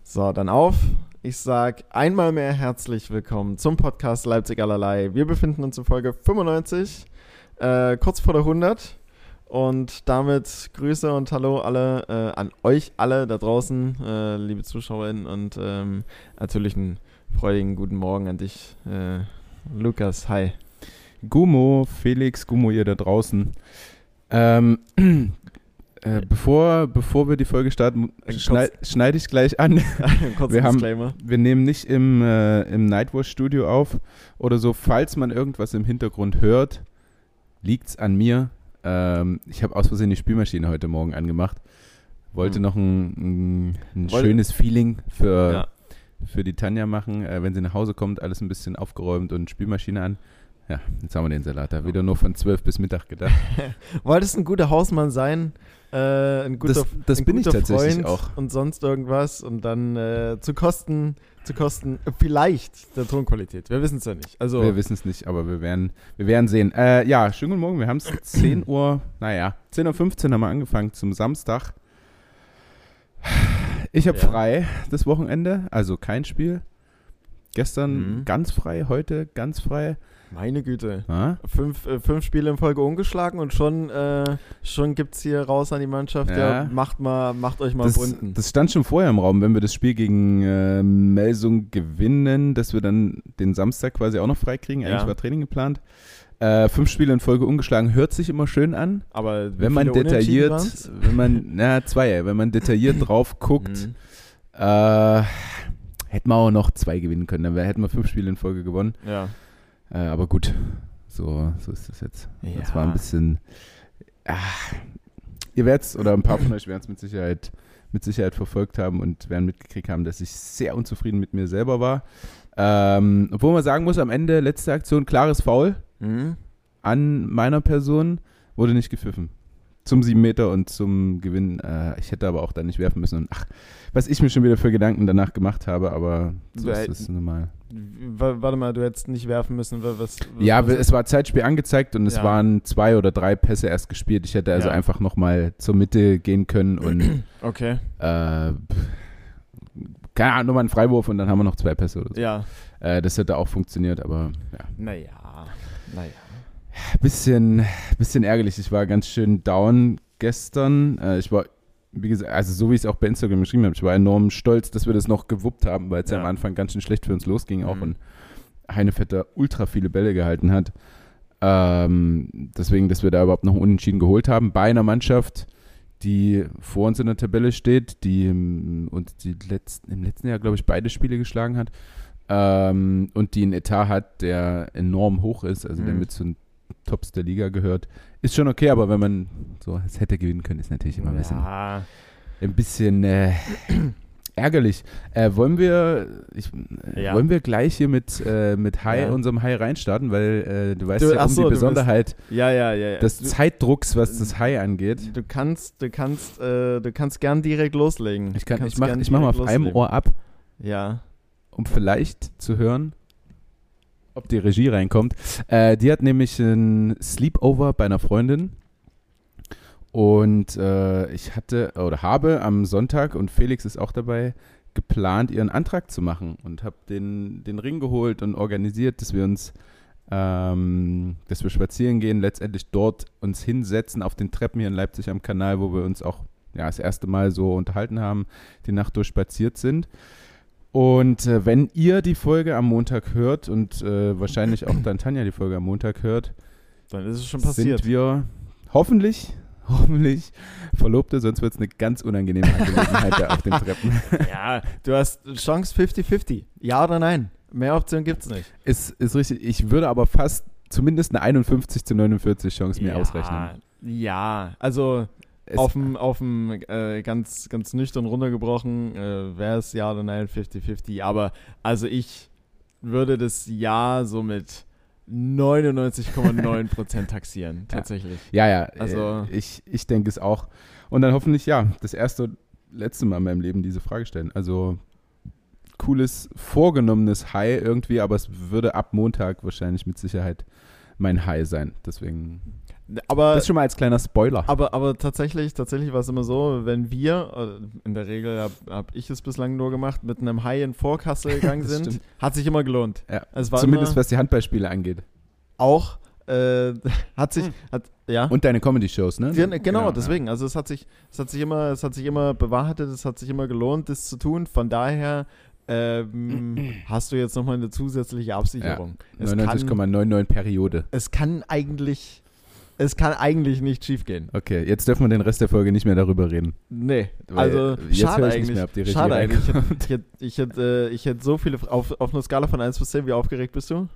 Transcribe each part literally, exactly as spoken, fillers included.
So, dann auf. Ich sag einmal mehr herzlich willkommen zum Podcast Leipzig allerlei. Wir befinden uns in Folge fünfundneunzig, äh, kurz vor der hundert. Und damit Grüße und Hallo alle äh, an euch alle da draußen, äh, liebe ZuschauerInnen. Und ähm, natürlich einen freudigen guten Morgen an dich, äh, Lukas. Hi. Gummo, Felix, Gummo, ihr da draußen. Ähm, äh, bevor, bevor wir die Folge starten, schneid, schneide ich gleich an. wir, haben, wir nehmen nicht im, äh, im Nightwatch Studio auf oder so. Falls man irgendwas im Hintergrund hört, liegt's an mir. Ähm, ich habe aus Versehen die Spülmaschine heute Morgen angemacht. Wollte hm. noch ein, ein, ein schönes Feeling für, ja. für die Tanja machen. Äh, wenn sie nach Hause kommt, alles ein bisschen aufgeräumt und Spülmaschine an. Ja, jetzt haben wir den Salat da. Wieder nur von zwölf bis Mittag gedacht. Wolltest ein guter Hausmann sein, äh, ein guter, das, das ein bin guter ich tatsächlich Freund auch. Und sonst irgendwas und dann äh, zu Kosten, zu Kosten vielleicht der Tonqualität. Wir wissen es ja nicht. Also wir wissen es nicht, aber wir werden, wir werden sehen. Äh, ja, schönen guten Morgen. Wir haben es zehn Uhr, naja, zehn Uhr fünfzehn haben wir angefangen zum Samstag. Ich habe ja. frei das Wochenende, also kein Spiel. Gestern mhm. ganz frei, heute ganz frei. Meine Güte. Ah? Fünf, äh, fünf Spiele in Folge ungeschlagen und schon, äh, schon gibt es hier raus an die Mannschaft, ja, ja macht, mal, macht euch mal das, Brunden. Das stand schon vorher im Raum, wenn wir das Spiel gegen äh, Melsung gewinnen, dass wir dann den Samstag quasi auch noch freikriegen. Eigentlich ja. war Training geplant. Äh, fünf Spiele in Folge ungeschlagen hört sich immer schön an. Aber wenn man detailliert, wenn man, na zwei, wenn man detailliert drauf guckt, äh, hätten wir auch noch zwei gewinnen können. Dann hätten wir fünf Spiele in Folge gewonnen. Ja. Äh, aber gut, so, so ist das jetzt. Ja. Das war ein bisschen. Ach, ihr werdet es, oder ein paar von euch werden es mit Sicherheit, mit Sicherheit verfolgt haben und werden mitgekriegt haben, dass ich sehr unzufrieden mit mir selber war. Ähm, obwohl man sagen muss, am Ende, letzte Aktion, klares Foul mhm. an meiner Person, wurde nicht gepfiffen. Zum sieben Meter und zum Gewinn. Äh, ich hätte aber auch dann nicht werfen müssen. Und ach, was ich mir schon wieder für Gedanken danach gemacht habe, aber so ist das normal. Warte mal, du hättest nicht werfen müssen. Was, was, ja, was es war Zeitspiel angezeigt und es ja. waren zwei oder drei Pässe erst gespielt. Ich hätte also ja. einfach nochmal zur Mitte gehen können und okay. äh, keine Ahnung, nochmal einen Freiwurf und dann haben wir noch zwei Pässe oder so. Ja. Äh, das hätte auch funktioniert, aber ja. Naja, naja. Bisschen, bisschen ärgerlich. Ich war ganz schön down gestern. Äh, ich war, wie gesagt, also so wie ich es auch bei Instagram geschrieben habe, ich war enorm stolz, dass wir das noch gewuppt haben, weil es ja. ja am Anfang ganz schön schlecht für uns losging auch mhm. und Heinevetter ultra viele Bälle gehalten hat. Ähm, deswegen, dass wir da überhaupt noch einen Unentschieden geholt haben bei einer Mannschaft, die vor uns in der Tabelle steht, die im, und die letzten, im letzten Jahr, glaube ich, beide Spiele geschlagen hat ähm, und die einen Etat hat, der enorm hoch ist, also mhm. der mit so einem Tops der Liga gehört. Ist schon okay, aber wenn man so es hätte gewinnen können, ist natürlich immer ein bisschen, ja. ein bisschen äh, ärgerlich. Äh, wollen wir ich, äh, ja. wollen wir gleich hier mit, äh, mit Hai, ja. unserem Hai reinstarten, weil äh, du weißt du, ja um so, die Besonderheit ja, ja, ja, ja. des du, Zeitdrucks, was das Hai angeht. Du kannst, du kannst, äh, du kannst gern direkt loslegen. Ich, kann, ich mach, ich mach mal auf loslegen. einem Ohr ab, ja. um vielleicht zu hören, ob die Regie reinkommt. Äh, die hat nämlich ein Sleepover bei einer Freundin und äh, ich hatte oder habe am Sonntag, und Felix ist auch dabei, geplant, ihren Antrag zu machen und habe den, den Ring geholt und organisiert, dass wir uns, ähm, dass wir spazieren gehen, letztendlich dort uns hinsetzen auf den Treppen hier in Leipzig am Kanal, wo wir uns auch ja, das erste Mal so unterhalten haben, die Nacht durch spaziert sind. Und äh, wenn ihr die Folge am Montag hört und äh, wahrscheinlich auch dann Tanja die Folge am Montag hört, dann ist es schon passiert. Sind wir hoffentlich, hoffentlich Verlobte, sonst wird es eine ganz unangenehme Angelegenheit da auf den Treppen. Ja, du hast Chance fünfzig fünfzig. Ja oder nein? Mehr Optionen gibt es nicht. Ist, ist richtig. Ich würde aber fast zumindest eine einundfünfzig zu neunundvierzig Chance mir ja, ausrechnen. Ja, also Auf dem, auf dem äh, ganz, ganz nüchtern runtergebrochen äh, wäre es ja oder nein fünfzig fünfzig, aber also ich würde das Ja so mit neunundneunzig Komma neun Prozent taxieren, tatsächlich. Ja, ja, also äh, ich, ich denke es auch. Und dann hoffentlich, ja, das erste und letzte Mal in meinem Leben diese Frage stellen. Also cooles, vorgenommenes High irgendwie, aber es würde ab Montag wahrscheinlich mit Sicherheit mein High sein. Deswegen, Aber, das schon mal als kleiner Spoiler. aber, aber tatsächlich, tatsächlich war es immer so, wenn wir, äh, in der Regel habe hab ich es bislang nur gemacht, mit einem High in Vorkasse gegangen sind, stimmt. hat sich immer gelohnt. Ja. Es war Zumindest immer was die Handballspiele angeht. auch, äh, hat sich, hat, ja. Und deine Comedy-Shows, ne? Ja, genau, genau, deswegen. Also es hat sich, es hat sich immer, es hat sich immer bewahrheitet, es hat sich immer gelohnt, das zu tun. Von daher ähm, hast du jetzt nochmal eine zusätzliche Absicherung. Ja, Es neunundneunzig Komma kann, neunundneunzig Periode. es kann eigentlich, es kann eigentlich nicht schief gehen. Okay, jetzt dürfen wir den Rest der Folge nicht mehr darüber reden. Nee, Weil also jetzt schade höre ich eigentlich. nicht mehr, ob die Regie Schade eigentlich. Ich reinkommt. hätte, ich, hätte, ich, hätte, ich hätte so viele, auf, auf einer Skala von eins bis zehn, wie aufgeregt bist du?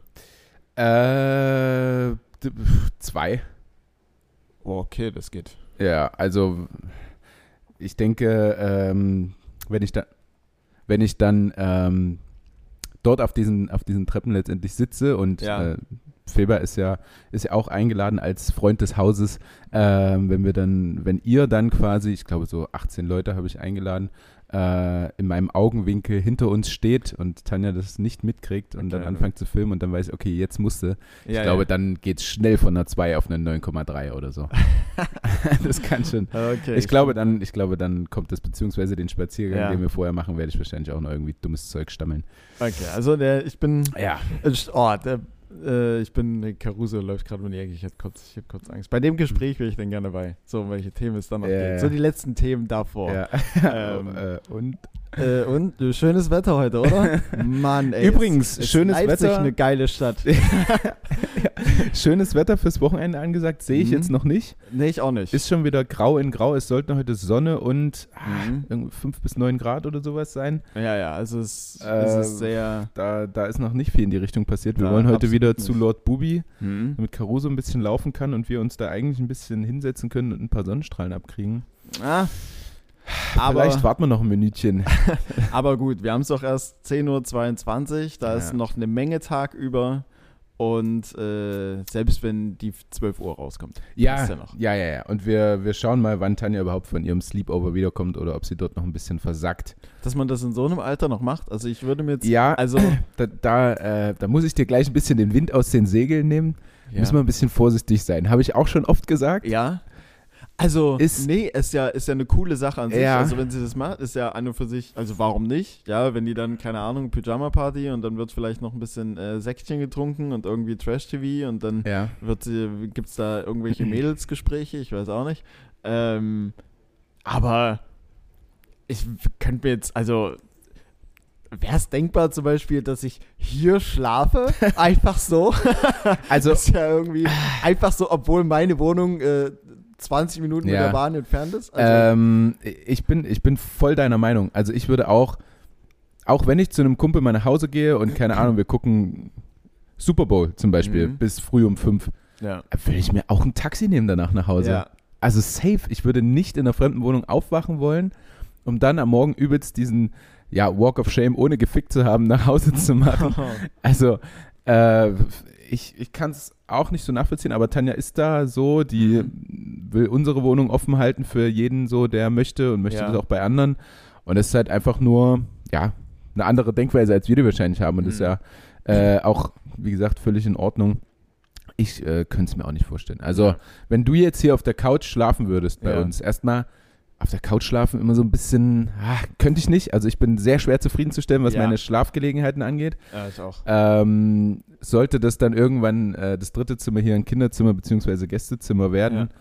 Äh, d- zwei. Oh, okay, das geht. Ja, also ich denke, ähm, wenn ich da, wenn ich dann ähm, dort auf diesen, auf diesen Treppen letztendlich sitze und Ja. äh, Feber ist ja, ist ja auch eingeladen als Freund des Hauses, ähm, wenn wir dann, wenn ihr dann quasi, ich glaube so achtzehn Leute habe ich eingeladen, äh, in meinem Augenwinkel hinter uns steht und Tanja das nicht mitkriegt und Okay, dann anfängt zu filmen und dann weiß ich, okay, jetzt musste. Ich Ja, glaube, ja. dann geht es schnell von einer zwei auf eine neun Komma drei oder so. Das kann schon. Okay, Ich glaube, dann, ich glaube, dann kommt das, beziehungsweise den Spaziergang, Ja. den wir vorher machen, werde ich wahrscheinlich auch noch irgendwie dummes Zeug stammeln. Okay, also der, ich bin, Ja. äh, oh, der, äh, ich bin, Caruso läuft gerade um die Ecke, ich hätte kurz, ich hätte kurz Angst. Bei dem Gespräch wäre ich dann gerne bei. So, um welche Themen es dann noch Ja, geht. ja. So die letzten Themen davor. Ja. Ähm, äh, und Äh, und äh, schönes Wetter heute, oder? Mann, ey. Übrigens, ist, ist schönes Leipzig Wetter. eine geile Stadt. schönes Wetter fürs Wochenende angesagt, sehe ich Mhm. jetzt noch nicht. Nee, ich auch nicht. Ist schon wieder grau in grau. Es sollten heute Sonne und Mhm. ah, fünf bis neun Grad oder sowas sein. Ja, ja, also es, Äh, es ist sehr. Da, da ist noch nicht viel in die Richtung passiert. Wir Da wollen heute absolut wieder nicht. zu Lord Bubi, Mhm. damit Caruso ein bisschen laufen kann und wir uns da eigentlich ein bisschen hinsetzen können und ein paar Sonnenstrahlen abkriegen. Ah, aber, Vielleicht warten wir noch ein Minütchen. aber gut, wir haben es doch erst zehn Uhr zweiundzwanzig, da Ja. ist noch eine Menge Tag über. Und äh, selbst wenn die zwölf Uhr rauskommt. Ja, ist ja noch. ja, ja, ja. Und wir, wir schauen mal, wann Tanja überhaupt von ihrem Sleepover wiederkommt oder ob sie dort noch ein bisschen versackt. Dass man das in so einem Alter noch macht, also ich würde mir jetzt. Ja, also. da, da, äh, da muss ich dir gleich ein bisschen den Wind aus den Segeln nehmen. Ja. Müssen wir ein bisschen vorsichtig sein. Habe ich auch schon oft gesagt. Ja. Also, Ist- nee, ist ja, ist ja eine coole Sache an sich. Ja. Also, wenn sie das macht, ist ja an und für sich, also warum nicht? Ja, wenn die dann, keine Ahnung, Pyjama-Party und dann wird vielleicht noch ein bisschen äh, Säckchen getrunken und irgendwie Trash-T V und dann Ja. wird sie, gibt's da irgendwelche Mädelsgespräche, ich weiß auch nicht. Ähm, aber ich könnte mir jetzt, also wäre es denkbar zum Beispiel, dass ich hier schlafe? Einfach so? Also, Das ist ja irgendwie einfach so, obwohl meine Wohnung äh, zwanzig Minuten mit Ja. der Bahn entfernt ist. Also, ähm, ich, bin, ich bin voll deiner Meinung. Also ich würde auch, auch wenn ich zu einem Kumpel mal nach Hause gehe und keine Ahnung, wir gucken Super Bowl zum Beispiel Mhm. bis früh um fünf, ja. würde ich mir auch ein Taxi nehmen danach nach Hause. Ja. Also safe, ich würde nicht in einer fremden Wohnung aufwachen wollen, um dann am Morgen übelst diesen ja, Walk of Shame ohne gefickt zu haben, nach Hause zu machen. Also äh, ich, ich kann es auch nicht so nachvollziehen, aber Tanja ist da so, die will unsere Wohnung offen halten für jeden so, der möchte und möchte Ja. das auch bei anderen. Und es ist halt einfach nur, ja, eine andere Denkweise, als wir die wahrscheinlich haben. Und das ist Mhm. ja äh, auch, wie gesagt, völlig in Ordnung. Ich äh, könnte es mir auch nicht vorstellen. Also, Ja. wenn du jetzt hier auf der Couch schlafen würdest bei Ja. uns, erstmal auf der Couch schlafen immer so ein bisschen, ah, könnte ich nicht. Also ich bin sehr schwer zufriedenzustellen, was Ja. meine Schlafgelegenheiten angeht. Ja, ich auch. Ähm, sollte das dann irgendwann äh, das dritte Zimmer hier ein Kinderzimmer bzw. Gästezimmer werden, Ja.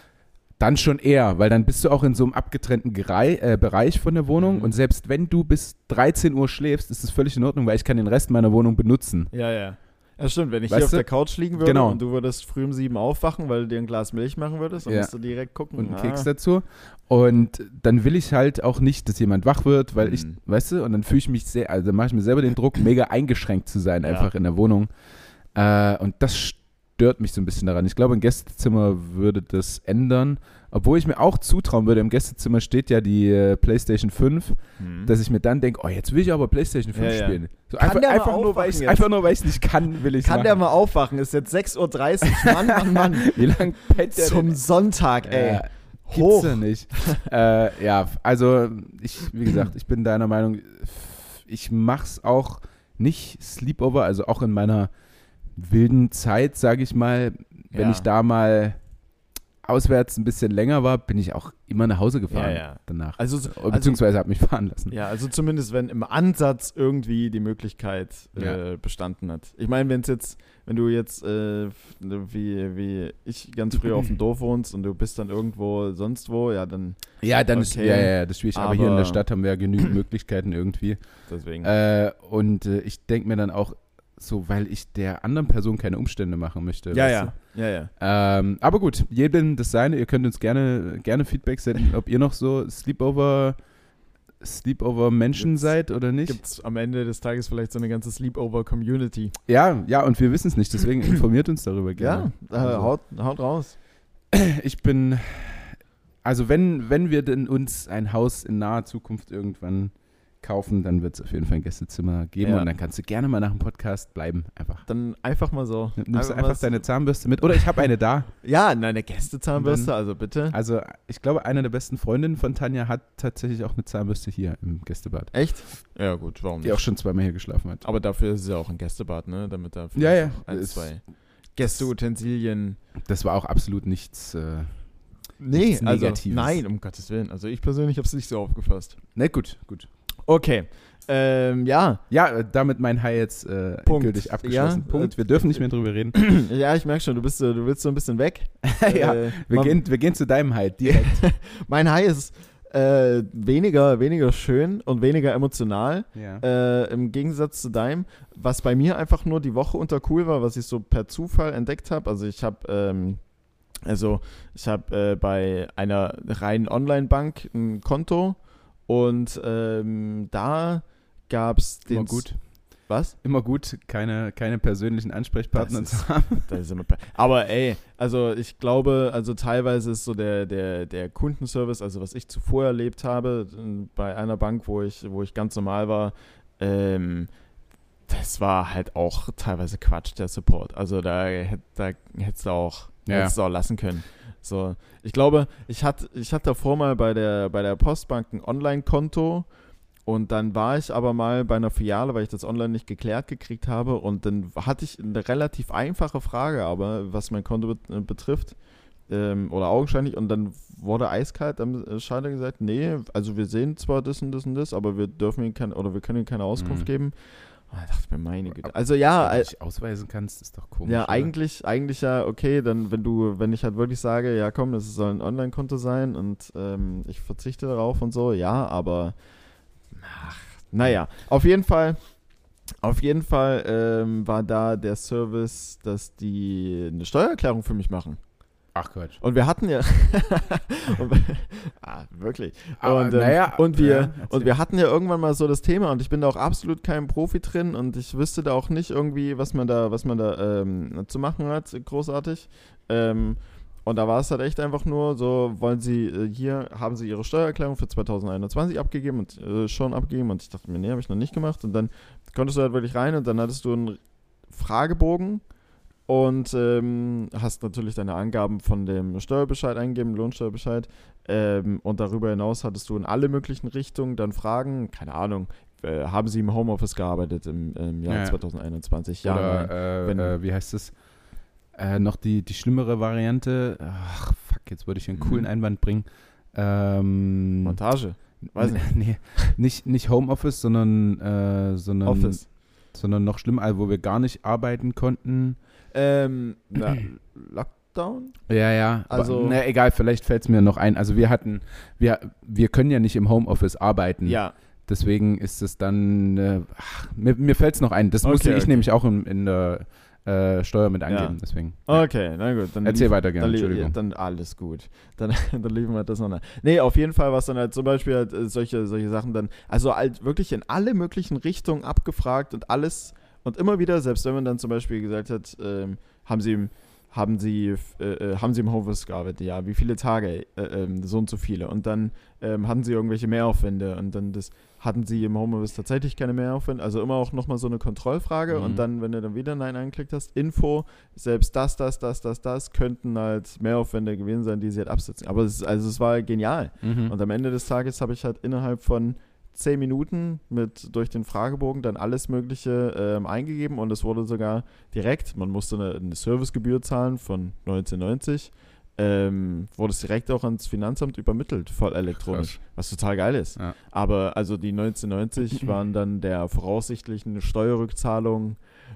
dann schon eher, weil dann bist du auch in so einem abgetrennten Gerei äh, Bereich von der Wohnung Mhm. und selbst wenn du bis dreizehn Uhr schläfst, ist es völlig in Ordnung, weil ich kann den Rest meiner Wohnung benutzen. Ja, ja. Ja, stimmt. Wenn ich Weißt hier auf du? der Couch liegen würde Genau. und du würdest früh um sieben aufwachen, weil du dir ein Glas Milch machen würdest, dann Ja. musst du direkt gucken. Und einen ah, Keks dazu. Und dann will ich halt auch nicht, dass jemand wach wird, weil ich, Mhm. weißt du, und dann fühle ich mich sehr, also dann mache ich mir selber den Druck, mega eingeschränkt zu sein, Ja. einfach in der Wohnung. Äh, und das stört mich so ein bisschen daran. Ich glaube, ein Gästezimmer würde das ändern. Obwohl ich mir auch zutrauen würde, im Gästezimmer steht ja die äh, PlayStation fünf, hm. dass ich mir dann denke, oh, jetzt will ich aber PlayStation fünf Ja, ja. spielen. So Kann einfach, der mal einfach, nur, weil ich, aufwachen jetzt? einfach nur, weil ich es nicht kann, will ich Kann machen. der mal aufwachen? Ist jetzt sechs Uhr dreißig. Mann, Mann, Mann. Wie lange pennt der Zum denn? Sonntag, ey. Äh, Gibt's Hoch. ja nicht. äh, ja, also ich, wie gesagt, ich bin deiner Meinung, ich mach's auch nicht Sleepover, also auch in meiner wilden Zeit, sage ich mal, wenn Ja. ich da mal auswärts ein bisschen länger war, bin ich auch immer nach Hause gefahren Ja, ja. danach. Also, so- also Beziehungsweise habe mich fahren lassen. ja, also zumindest wenn im Ansatz irgendwie die Möglichkeit äh, bestanden hat. Ich meine, wenn es jetzt, wenn du jetzt äh, wie, wie ich ganz früher auf dem Dorf wohnst und du bist dann irgendwo sonst wo, ja, dann Ja, dann ist Okay. ja, ja, ja, das ist schwierig. Aber, hier in der Aber- Stadt haben wir ja genügend Möglichkeiten irgendwie. deswegen. Äh, und äh, ich denke mir dann auch so, weil ich der anderen Person keine Umstände machen möchte. ja, weißt ja, ja, ja. du? Ähm, aber gut, jedem das Seine. Ihr könnt uns gerne, gerne Feedback senden, ob ihr noch so Sleepover, Sleepover-Menschen Gibt's- seid oder nicht. Gibt es am Ende des Tages vielleicht so eine ganze Sleepover-Community? Ja, ja, und wir wissen es nicht, deswegen informiert uns darüber gerne. Ja, äh, Also- haut, haut raus. Ich bin, also wenn, wenn wir denn uns ein Haus in naher Zukunft irgendwann kaufen, dann wird es auf jeden Fall ein Gästezimmer geben Ja. und dann kannst du gerne mal nach dem Podcast bleiben. Einfach. Dann einfach mal so. Nimmst du einfach was- deine Zahnbürste mit. Oder ich habe eine da. Ja, nein, eine Gästezahnbürste, Und dann- also bitte. Also ich glaube, eine der besten Freundinnen von Tanja hat tatsächlich auch eine Zahnbürste hier im Gästebad. Echt? Ja, gut, warum Die nicht? auch schon zweimal hier geschlafen hat. Aber dafür ist es ja auch ein Gästebad, ne? Damit da Ja, vielleicht ja. auch ein, Es- zwei Gästeutensilien. Das war auch absolut nichts. Äh, Nee, Nichts also, Negatives. nein, um Gottes Willen. Also ich persönlich habe es nicht so aufgefasst. ne, gut, gut. Okay, ähm, ja, Ja, äh, damit mein High jetzt äh, Punkt. endgültig abgeschlossen. Ja, Punkt. äh, Wir dürfen nicht mehr drüber reden. ja, ich merke schon, du bist, so- du willst so ein bisschen weg. ja, Äh, wir, man- gehen, wir gehen zu deinem High direkt. Mein High ist äh, weniger, weniger schön und weniger emotional. ja. Äh, im Gegensatz zu deinem, was bei mir einfach nur die Woche unter cool war, was ich so per Zufall entdeckt habe. Also ich habe ähm, also ich habe äh, bei einer reinen Online-Bank ein Konto und ähm, da gab es den... Immer gut. Was? Immer gut, keine, keine persönlichen Ansprechpartner Das zu ist- haben. Da ist immer pe- Aber ey, also ich glaube, also teilweise ist so der, der, der Kundenservice, also was ich zuvor erlebt habe, äh, bei einer Bank, wo ich, wo ich ganz normal war, ähm, das war halt auch teilweise Quatsch, der Support. Also da, hätt- da hättest du auch, Ja. hättest du auch lassen können. So, ich glaube, ich hatte, ich hatte davor mal bei der, bei der Postbank ein Online-Konto und dann war ich aber mal bei einer Filiale, weil ich das online nicht geklärt gekriegt habe und dann hatte ich eine relativ einfache Frage, aber was mein Konto bet- äh, betrifft, ähm, oder augenscheinlich, und dann wurde eiskalt am äh, Schalter gesagt, nee, also wir sehen zwar das und das und das, aber wir dürfen Ihnen kein, oder wir können Ihnen keine Auskunft Mhm. geben. Und da dachte ich mir, meine Güte. Also ja, Wenn äh, du dich ausweisen kannst, ist doch komisch. ja, oder? eigentlich, eigentlich ja, okay, dann wenn du, wenn ich halt wirklich sage, ja komm, das soll ein Online-Konto sein und ähm, ich verzichte darauf und so, ja, aber ach, naja, auf jeden Fall, auf jeden Fall ähm, war da der Service, dass die eine Steuererklärung für mich machen. Ach Quatsch. Und wir hatten ja und, ah, wirklich. Aber, und, ähm, naja, und wir ja, erzähl. und wir hatten ja irgendwann mal so das Thema und ich bin da auch absolut kein Profi drin und ich wüsste da auch nicht irgendwie, was man da, was man da ähm, zu machen hat, großartig. Ähm, und da war es halt echt einfach nur so, wollen Sie, äh, hier haben Sie Ihre Steuererklärung für zwanzig einundzwanzig abgegeben und äh, schon abgegeben und ich dachte mir, nee, habe ich noch nicht gemacht und dann konntest du halt wirklich rein und dann hattest du einen Fragebogen und ähm, hast natürlich deine Angaben von dem Steuerbescheid eingegeben, Lohnsteuerbescheid. Ähm, und darüber hinaus hattest du in alle möglichen Richtungen dann Fragen, keine Ahnung, äh, haben Sie im Homeoffice gearbeitet im, im Jahr Ja. zwanzig einundzwanzig? Ja, nein. Oder, äh, Wenn- äh, wie heißt es? Äh, noch die, die schlimmere Variante. Ach, fuck, jetzt würde ich einen coolen Mhm. Einwand bringen. Ähm, Montage, weiß nicht. Nee, nicht, nicht Homeoffice, sondern, äh, sondern, Office. sondern noch schlimmer, also wo wir gar nicht arbeiten konnten. Ähm, na, Lockdown? Ja, ja. Also- aber, na, egal, vielleicht fällt es mir noch ein. Also wir hatten, wir, wir können ja nicht im Homeoffice arbeiten. Ja. Deswegen ist es dann, äh, ach, mir, mir fällt es noch ein. Das Okay, musste ich okay. nämlich auch in, in der äh, Steuer mit angeben. Ja. Deswegen. Okay, na gut. Dann Erzähl lief- weiter gerne, dann, li- Entschuldigung. Dann alles gut. Dann, dann liefern wir das noch nach. Nee, auf jeden Fall war es dann halt zum Beispiel halt, äh, solche, solche Sachen dann, also halt wirklich in alle möglichen Richtungen abgefragt und alles und immer wieder, selbst wenn man dann zum Beispiel gesagt hat, ähm, haben sie im haben sie, äh, äh, haben sie im Homeoffice gearbeitet? Ja, wie viele Tage? Äh, ähm, so und so viele. Und dann ähm, hatten sie irgendwelche Mehraufwände und dann das, hatten sie im Homeoffice tatsächlich keine Mehraufwände. Also immer auch nochmal so eine Kontrollfrage Mhm. und dann, wenn du dann wieder Nein angeklickt hast, Info, selbst das, das, das, das, das könnten halt Mehraufwände gewesen sein, die sie halt absetzen. Aber es, ist- also es war genial. Mhm. Und am Ende des Tages habe ich halt innerhalb von zehn Minuten mit durch den Fragebogen dann alles Mögliche ähm, eingegeben und es wurde sogar direkt, man musste eine, eine Servicegebühr zahlen von neunzehn neunzig, ähm, wurde es direkt auch ans Finanzamt übermittelt, voll elektronisch, Krass. was total geil ist. Ja. Aber also die neunzehn neunzig waren dann der voraussichtlichen Steuerrückzahlung,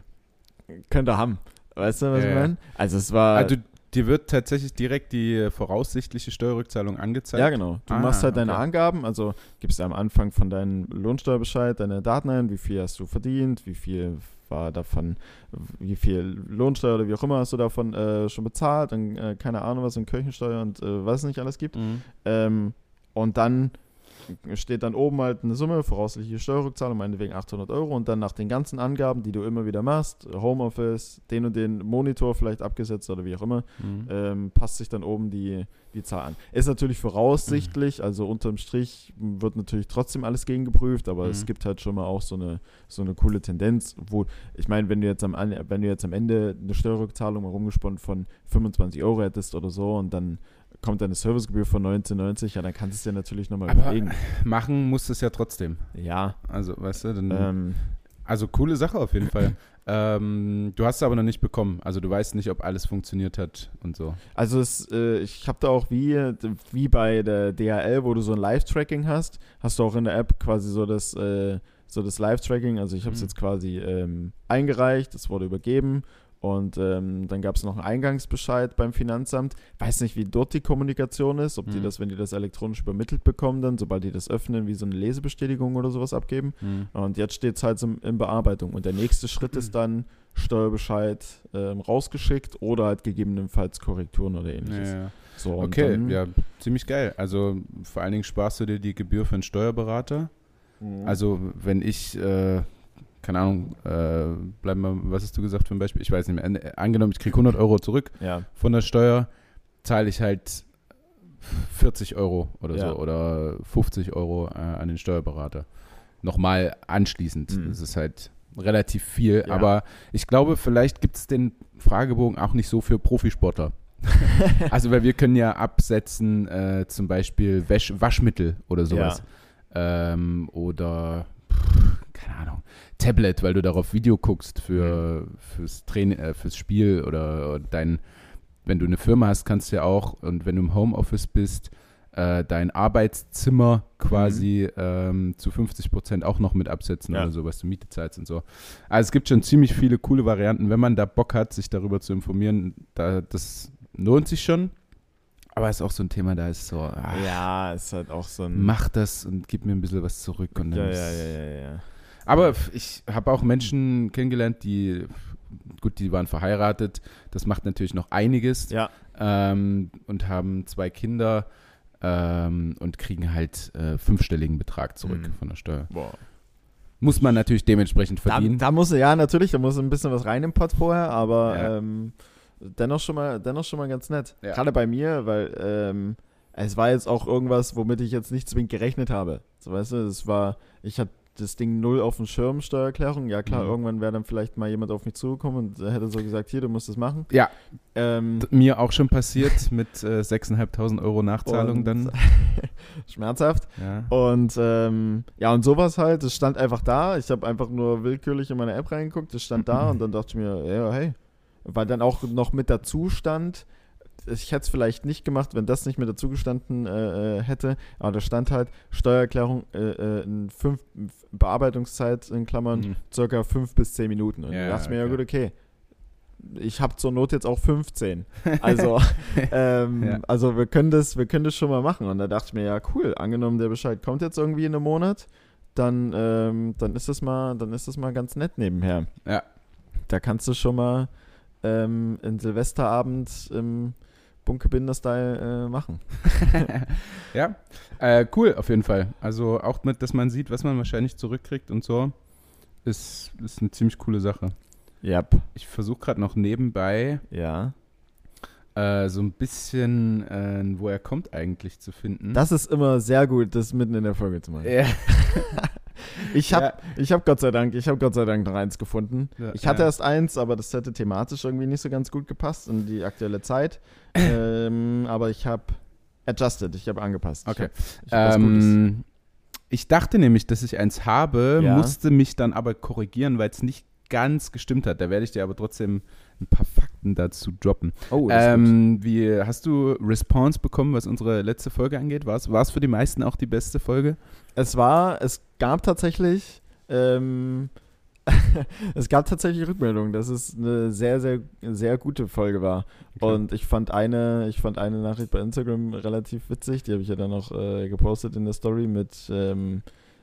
könnt ihr haben. Weißt du, was Ja, ich ja. meine? Also es war... Also dir wird tatsächlich direkt die voraussichtliche Steuerrückzahlung angezeigt? Ja, genau. Du Ah, machst halt deine okay. Angaben, also gibst am Anfang von deinem Lohnsteuerbescheid deine Daten ein, wie viel hast du verdient, wie viel war davon, wie viel Lohnsteuer oder wie auch immer hast du davon äh, schon bezahlt, dann äh, keine Ahnung, was in Kirchensteuer und äh, was es nicht alles gibt. Mhm. Ähm, und dann steht dann oben halt eine Summe, voraussichtliche Steuerrückzahlung, meinetwegen achthundert Euro und dann nach den ganzen Angaben, die du immer wieder machst, Homeoffice, den und den Monitor vielleicht abgesetzt oder wie auch immer, Mhm. ähm, passt sich dann oben die, die Zahl an. Ist natürlich voraussichtlich, also unterm Strich wird natürlich trotzdem alles gegengeprüft, aber Mhm. es gibt halt schon mal auch so eine, so eine coole Tendenz, wo, ich meine, wenn du jetzt am An- wenn du jetzt am Ende eine Steuerrückzahlung mal rumgesponnen von fünfundzwanzig Euro hättest oder so und dann kommt deine Servicegebühr von neunzehn neunzig, ja, dann kannst du es dir natürlich nochmal Aber überlegen. machen musst du es ja trotzdem. Ja, Also, weißt du, dann, ähm, also coole Sache auf jeden Fall. ähm, du hast es aber noch nicht bekommen. Also du weißt nicht, ob alles funktioniert hat und so. also es, äh, ich habe da auch wie, wie bei der D H L, wo du so ein Live-Tracking hast, hast du auch in der App quasi so das, äh, so das Live-Tracking. Also ich habe es Mhm. jetzt quasi ähm, eingereicht, es wurde übergeben und ähm, dann gab es noch einen Eingangsbescheid beim Finanzamt. Weiß nicht, wie dort die Kommunikation ist, ob die Mhm. das, wenn die das elektronisch übermittelt bekommen, dann, sobald die das öffnen, wie so eine Lesebestätigung oder sowas abgeben. Mhm. Und jetzt steht es halt so in Bearbeitung. Und der nächste Schritt ist dann Steuerbescheid ähm, rausgeschickt oder halt gegebenenfalls Korrekturen oder ähnliches. Ja, ja. So, und Okay, dann, ja, ziemlich geil. Also vor allen Dingen sparst du dir die Gebühr für einen Steuerberater. Mhm. Also wenn ich, äh, keine Ahnung, äh, bleib mal, was hast du gesagt für ein Beispiel? Ich weiß nicht mehr. Äh, Angenommen, ich kriege hundert Euro zurück ja, von der Steuer, zahle ich halt vierzig Euro oder Ja. so oder fünfzig Euro äh, an den Steuerberater. Nochmal anschließend. Mhm. Das ist halt relativ viel, Ja. aber ich glaube, vielleicht gibt es den Fragebogen auch nicht so für Profisportler. Also, weil wir können ja absetzen, äh, zum Beispiel Wäsch Waschmittel oder sowas. Ähm, oder, pff, keine Ahnung, Tablet, weil du darauf Video guckst für, fürs, Training, äh, fürs Spiel oder, oder dein, wenn du eine Firma hast, kannst du ja auch, und wenn du im Homeoffice bist, äh, dein Arbeitszimmer quasi ähm, zu fünfzig Prozent auch noch mit absetzen Ja. oder so, was du Miete zahlst und so. Also es gibt schon ziemlich viele coole Varianten, wenn man da Bock hat, sich darüber zu informieren, da, das lohnt sich schon. Aber es ist auch so ein Thema, da ist so, ah, ja, ist halt auch so ein... mach das und gib mir ein bisschen was zurück. Und dann ja, ist, ja, ja, ja, ja. Aber f- ich habe auch Menschen kennengelernt, die, gut, die waren verheiratet, das macht natürlich noch einiges Ja, ähm, und haben zwei Kinder ähm, und kriegen halt äh, fünfstelligen Betrag zurück Mhm. von der Steuer. boah. Muss man natürlich dementsprechend Da, verdienen. da muss, ja, natürlich, da muss ein bisschen was rein im Pott vorher, aber Ja. ähm, dennoch, schon mal, dennoch schon mal ganz nett. Ja. Gerade bei mir, weil ähm, es war jetzt auch irgendwas, womit ich jetzt nicht zwingend gerechnet habe. So, weißt du, es war, ich hatte das Ding null auf dem Schirm, Steuererklärung. Ja klar, Mhm. irgendwann wäre dann vielleicht mal jemand auf mich zugekommen und hätte so gesagt, hier, du musst das machen. Ja, Ähm, d- mir auch schon passiert mit äh, sechstausendfünfhundert Euro Nachzahlung und- dann. schmerzhaft. Ja. Und ähm, ja, und sowas halt, es stand einfach da. Ich habe einfach nur willkürlich in meine App reingeguckt, es stand da und dann dachte ich mir, ja, hey. Weil dann auch noch mit dazu stand, ich hätte es vielleicht nicht gemacht, wenn das nicht mit dazu gestanden äh, äh, hätte, aber da stand halt Steuererklärung äh, äh, in fünf Bearbeitungszeit in Klammern Mhm. circa fünf bis zehn Minuten. Und Ja, da dachte ich mir, ja okay. gut, okay. Ich habe zur Not jetzt auch fünfzehn. Also, ähm, Ja. also wir können das, wir können das schon mal machen. Und da dachte ich mir, ja cool, angenommen der Bescheid kommt jetzt irgendwie in einem Monat, dann, ähm, dann ist das mal, dann ist das mal ganz nett nebenher. Ja. Da kannst du schon mal ähm, einen Silvesterabend im Bunkebinder-Style äh, machen. Ja, äh, cool auf jeden Fall. Also auch mit, dass man sieht, was man wahrscheinlich zurückkriegt und so, ist, ist eine ziemlich coole Sache. Ja. Ich versuche gerade noch nebenbei Ja. äh, so ein bisschen, äh, wo er kommt eigentlich zu finden. Das ist immer sehr gut, das mitten in der Folge zu machen. ja. Ich habe Ja. ich hab Gott sei Dank, ich habe Gott sei Dank noch eins gefunden. Ja, Ich hatte ja. erst eins, aber das hätte thematisch irgendwie nicht so ganz gut gepasst in die aktuelle Zeit. ähm, aber ich habe adjusted, ich habe angepasst. Okay. Ich hab, ich hab was Gutes. Ähm, Ich dachte nämlich, dass ich eins habe, Ja. musste mich dann aber korrigieren, weil es nicht ganz gestimmt hat. Da werde ich dir aber trotzdem ein paar Fakten dazu droppen. Oh, das ist gut. Ähm, wie, hast du Response bekommen, was unsere letzte Folge angeht? War es, war es für die meisten auch die beste Folge? Es war, es gab tatsächlich, ähm, es gab tatsächlich Rückmeldungen, dass es eine sehr, sehr, sehr gute Folge war. Okay. Und ich fand eine, ich fand eine Nachricht bei Instagram relativ witzig, die habe ich ja dann noch äh, gepostet in der Story mit, ähm,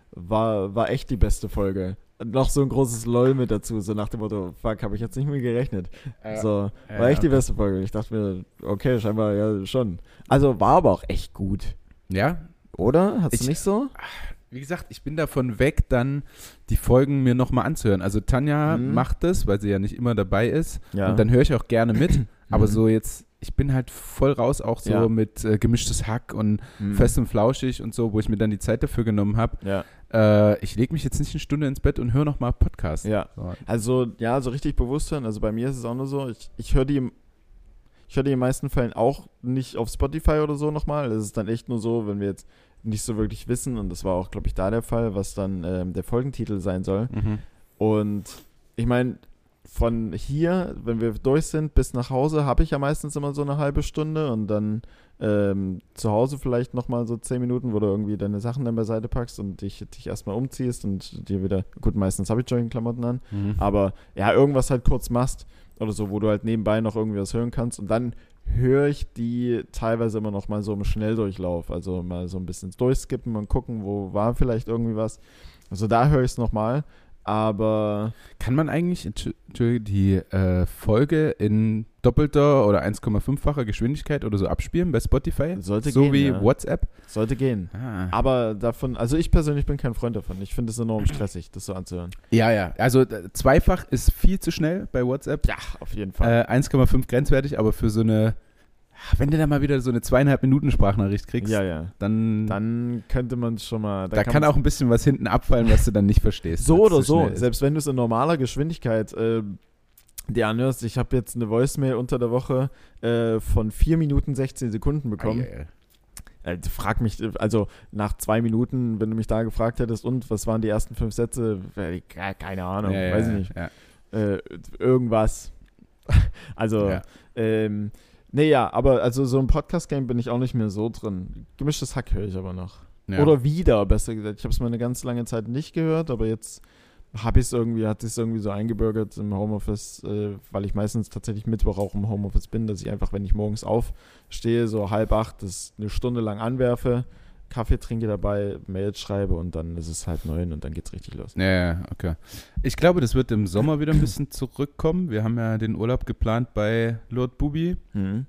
war, war echt die beste Folge. Und noch so ein großes LOL mit dazu, so nach dem Motto, fuck, habe ich jetzt nicht mehr gerechnet. Ja. So, Ja, war echt die okay. beste Folge. Ich dachte mir, okay, scheinbar ja schon. Also war aber auch echt gut. Ja, Oder? Hast Ich- du nicht so? wie gesagt, ich bin davon weg, dann die Folgen mir nochmal anzuhören. Also Tanja Mhm. macht das, weil sie ja nicht immer dabei ist. Ja. Und dann höre ich auch gerne mit. Aber Mhm. so jetzt, ich bin halt voll raus, auch so Ja. mit äh, gemischtes Hack und Mhm. fest und flauschig und so, wo ich mir dann die Zeit dafür genommen habe. Ja. Äh, ich lege mich jetzt nicht eine Stunde ins Bett und höre nochmal Podcast. Ja. So. Also, ja, so richtig bewusst hören. Also bei mir ist es auch nur so, ich, ich höre die, im- ich höre die in den meisten Fällen auch nicht auf Spotify oder so nochmal. Es ist dann echt nur so, wenn wir jetzt nicht so wirklich wissen, und das war auch, glaube ich, da der Fall, was dann ähm, der Folgentitel sein soll. Mhm. Und ich meine, von hier, wenn wir durch sind, bis nach Hause, habe ich ja meistens immer so eine halbe Stunde und dann ähm, zu Hause vielleicht nochmal so zehn Minuten, wo du irgendwie deine Sachen dann beiseite packst und dich, dich erstmal umziehst und dir wieder, gut, meistens habe ich Joggingklamotten an, Mhm. aber ja, irgendwas halt kurz machst oder so, wo du halt nebenbei noch irgendwie was hören kannst und dann höre ich die teilweise immer noch mal so im Schnelldurchlauf, also mal so ein bisschen durchskippen und gucken, wo war vielleicht irgendwie was. Also da höre ich es nochmal, aber Kann man eigentlich Entsch- Entschuldige, die äh, Folge in doppelter oder eins Komma fünffacher Geschwindigkeit oder so abspielen bei Spotify? sollte so gehen, wie ja. WhatsApp? sollte gehen. Ah. Aber davon, also ich persönlich bin kein Freund davon. Ich finde es enorm stressig, das so anzuhören. Ja, ja. Also äh, zweifach ist viel zu schnell bei WhatsApp. Ja, auf jeden Fall. Äh, eins Komma fünf grenzwertig, aber für so eine, wenn du da mal wieder so eine zweieinhalb Minuten Sprachnachricht kriegst, ja, ja. dann, Dann könnte man es schon mal. da kann man's- auch ein bisschen was hinten abfallen, was du dann nicht verstehst. So weil's oder zu so, schnell ist. selbst wenn du es in normaler Geschwindigkeit äh, dir anhörst, ich habe jetzt eine Voicemail unter der Woche äh, von vier Minuten sechzehn Sekunden bekommen. Ei, ei, ei. Äh, frag mich, äh, also nach zwei Minuten, wenn du mich da gefragt hättest, und was waren die ersten fünf Sätze, Wär ich- ke- keine Ahnung, Ja, ja, weiß ich ja, nicht. Ja. Äh, irgendwas. also, Ja. ähm, nee, ja, aber also so im Podcast-Game bin ich auch nicht mehr so drin. Gemischtes Hack höre ich aber noch. Ja. Oder wieder, besser gesagt. Ich habe es mal eine ganz lange Zeit nicht gehört, aber jetzt habe ich es irgendwie, hat es irgendwie so eingebürgert im Homeoffice, äh, weil ich meistens tatsächlich Mittwoch auch im Homeoffice bin, dass ich einfach, wenn ich morgens aufstehe, so halb acht, das eine Stunde lang anwerfe, Kaffee trinke dabei, Mails schreibe und dann ist es halb neun und dann geht's richtig los. Ja, ja, okay. Ich glaube, das wird im Sommer wieder ein bisschen zurückkommen. Wir haben ja den Urlaub geplant bei Lord Bubi. Mhm.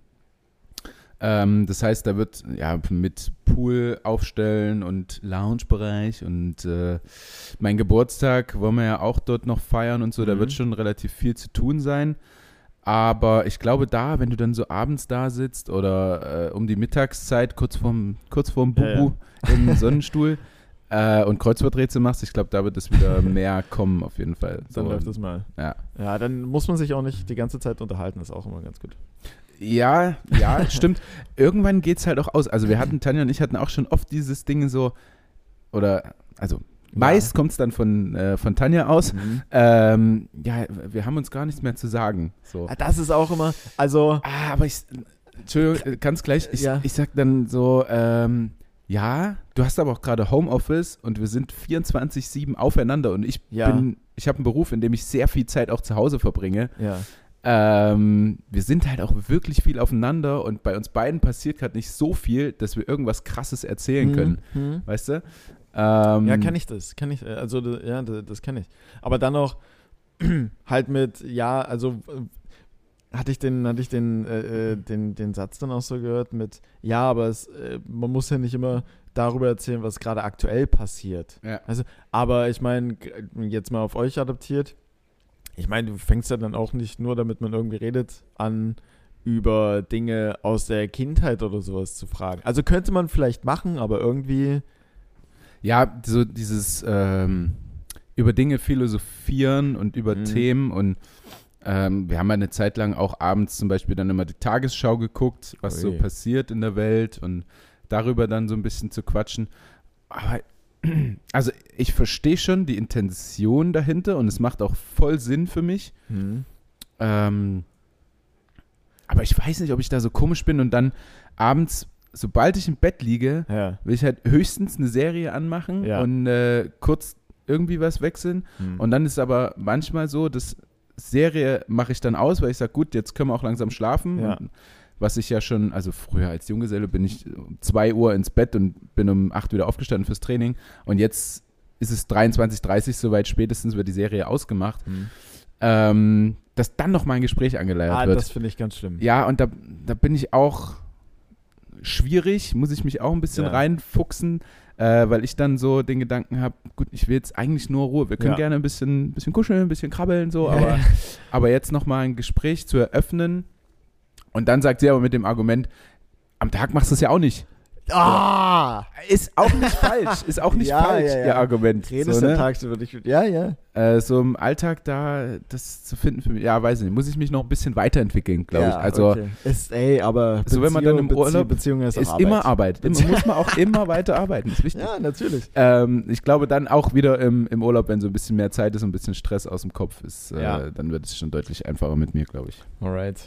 Ähm, das heißt, da wird ja mit Pool aufstellen und Loungebereich und äh, mein Geburtstag wollen wir ja auch dort noch feiern und so. Da Mhm. wird schon relativ viel zu tun sein. Aber ich glaube, da, wenn du dann so abends da sitzt oder äh, um die Mittagszeit kurz vorm, kurz vorm Ja, Bubu im Sonnenstuhl äh, und Kreuzworträtsel machst, ich glaube, da wird es wieder mehr kommen auf jeden Fall. Dann So, läuft es mal. Ja. Ja, dann muss man sich auch nicht die ganze Zeit unterhalten, ist auch immer ganz gut. Ja, ja, stimmt. Irgendwann geht es halt auch aus. Also wir hatten, Tanja und ich hatten auch schon oft dieses Ding so, oder, also meist kommt es dann von, äh, von Tanja aus, Mhm. ähm, ja, wir haben uns gar nichts mehr zu sagen. So. Ah, Das ist auch immer, also, Ah, aber ich, Entschuldigung, ganz gleich, ich, Ja. ich sag dann so, ähm, ja, du hast aber auch gerade Homeoffice und wir sind vierundzwanzig sieben aufeinander und ich Ja. bin, ich habe einen Beruf, in dem ich sehr viel Zeit auch zu Hause verbringe. ja. Ähm, wir sind halt auch wirklich viel aufeinander und bei uns beiden passiert gerade nicht so viel, dass wir irgendwas Krasses erzählen können, Mhm. weißt du? Ähm, Ja, kann ich das, kann ich, äh, also d- ja, d- das kann ich. Aber dann auch halt mit, ja, also äh, hatte ich den, hatte ich den, äh, äh, den, den Satz dann auch so gehört mit, ja, aber es, äh, man muss ja nicht immer darüber erzählen, was gerade aktuell passiert. Ja. Also, aber ich meine, g- jetzt mal auf euch adaptiert, ich meine, du fängst ja dann auch nicht nur, damit man irgendwie redet, an über Dinge aus der Kindheit oder sowas zu fragen. Also könnte man vielleicht machen, aber irgendwie Ja, so dieses ähm, über Dinge philosophieren und über Mhm. Themen und ähm, wir haben ja eine Zeit lang auch abends zum Beispiel dann immer die Tagesschau geguckt, was so Ui. passiert in der Welt und darüber dann so ein bisschen zu quatschen. Aber also ich verstehe schon die Intention dahinter und es macht auch voll Sinn für mich. Mhm. Ähm, aber ich weiß nicht, ob ich da so komisch bin und dann abends, sobald ich im Bett liege, Ja. will ich halt höchstens eine Serie anmachen Ja. und äh, kurz irgendwie was wechseln. Mhm. Und dann ist aber manchmal so, dass Serie mache ich dann aus, weil ich sage, gut, jetzt können wir auch langsam schlafen. Ja. Und was ich ja schon, also früher als Junggeselle bin ich um zwei Uhr ins Bett und bin um acht wieder aufgestanden fürs Training. Und jetzt ist es dreiundzwanzig Uhr dreißig, soweit spätestens wird die Serie ausgemacht. Mhm. Ähm, dass dann noch mal ein Gespräch angeleiert Ah, wird. das finde ich ganz schlimm. Ja, und da, da bin ich auch schwierig, muss ich mich auch ein bisschen Ja. reinfuchsen, äh, weil ich dann so den Gedanken habe, gut, ich will jetzt eigentlich nur Ruhe. Wir können Ja. gerne ein bisschen, bisschen kuscheln, ein bisschen krabbeln, so, aber, aber jetzt nochmal ein Gespräch zu eröffnen. Und dann sagt sie aber mit dem Argument, am Tag machst du es ja auch nicht. Ah! Ist auch nicht falsch, ist auch nicht Ja, falsch, ja, ja. ihr Argument. Redest so, den ne? Tag über dich. Ja, ja. Äh, so im Alltag da das zu finden, für mich, ja, weiß ich nicht, muss ich mich noch ein bisschen weiterentwickeln, glaube ja, ich. Also okay. Ist, ey, aber So, wenn man dann im Bezie- Urlaub- Beziehung ist, auch ist Arbeit. immer Arbeit. Immer, muss man auch immer weiter arbeiten, ist wichtig. Ja, natürlich. Ähm, ich glaube dann auch wieder im, im Urlaub, wenn so ein bisschen mehr Zeit ist und ein bisschen Stress aus dem Kopf ist, äh, Ja. dann wird es schon deutlich einfacher mit mir, glaube ich. Alright.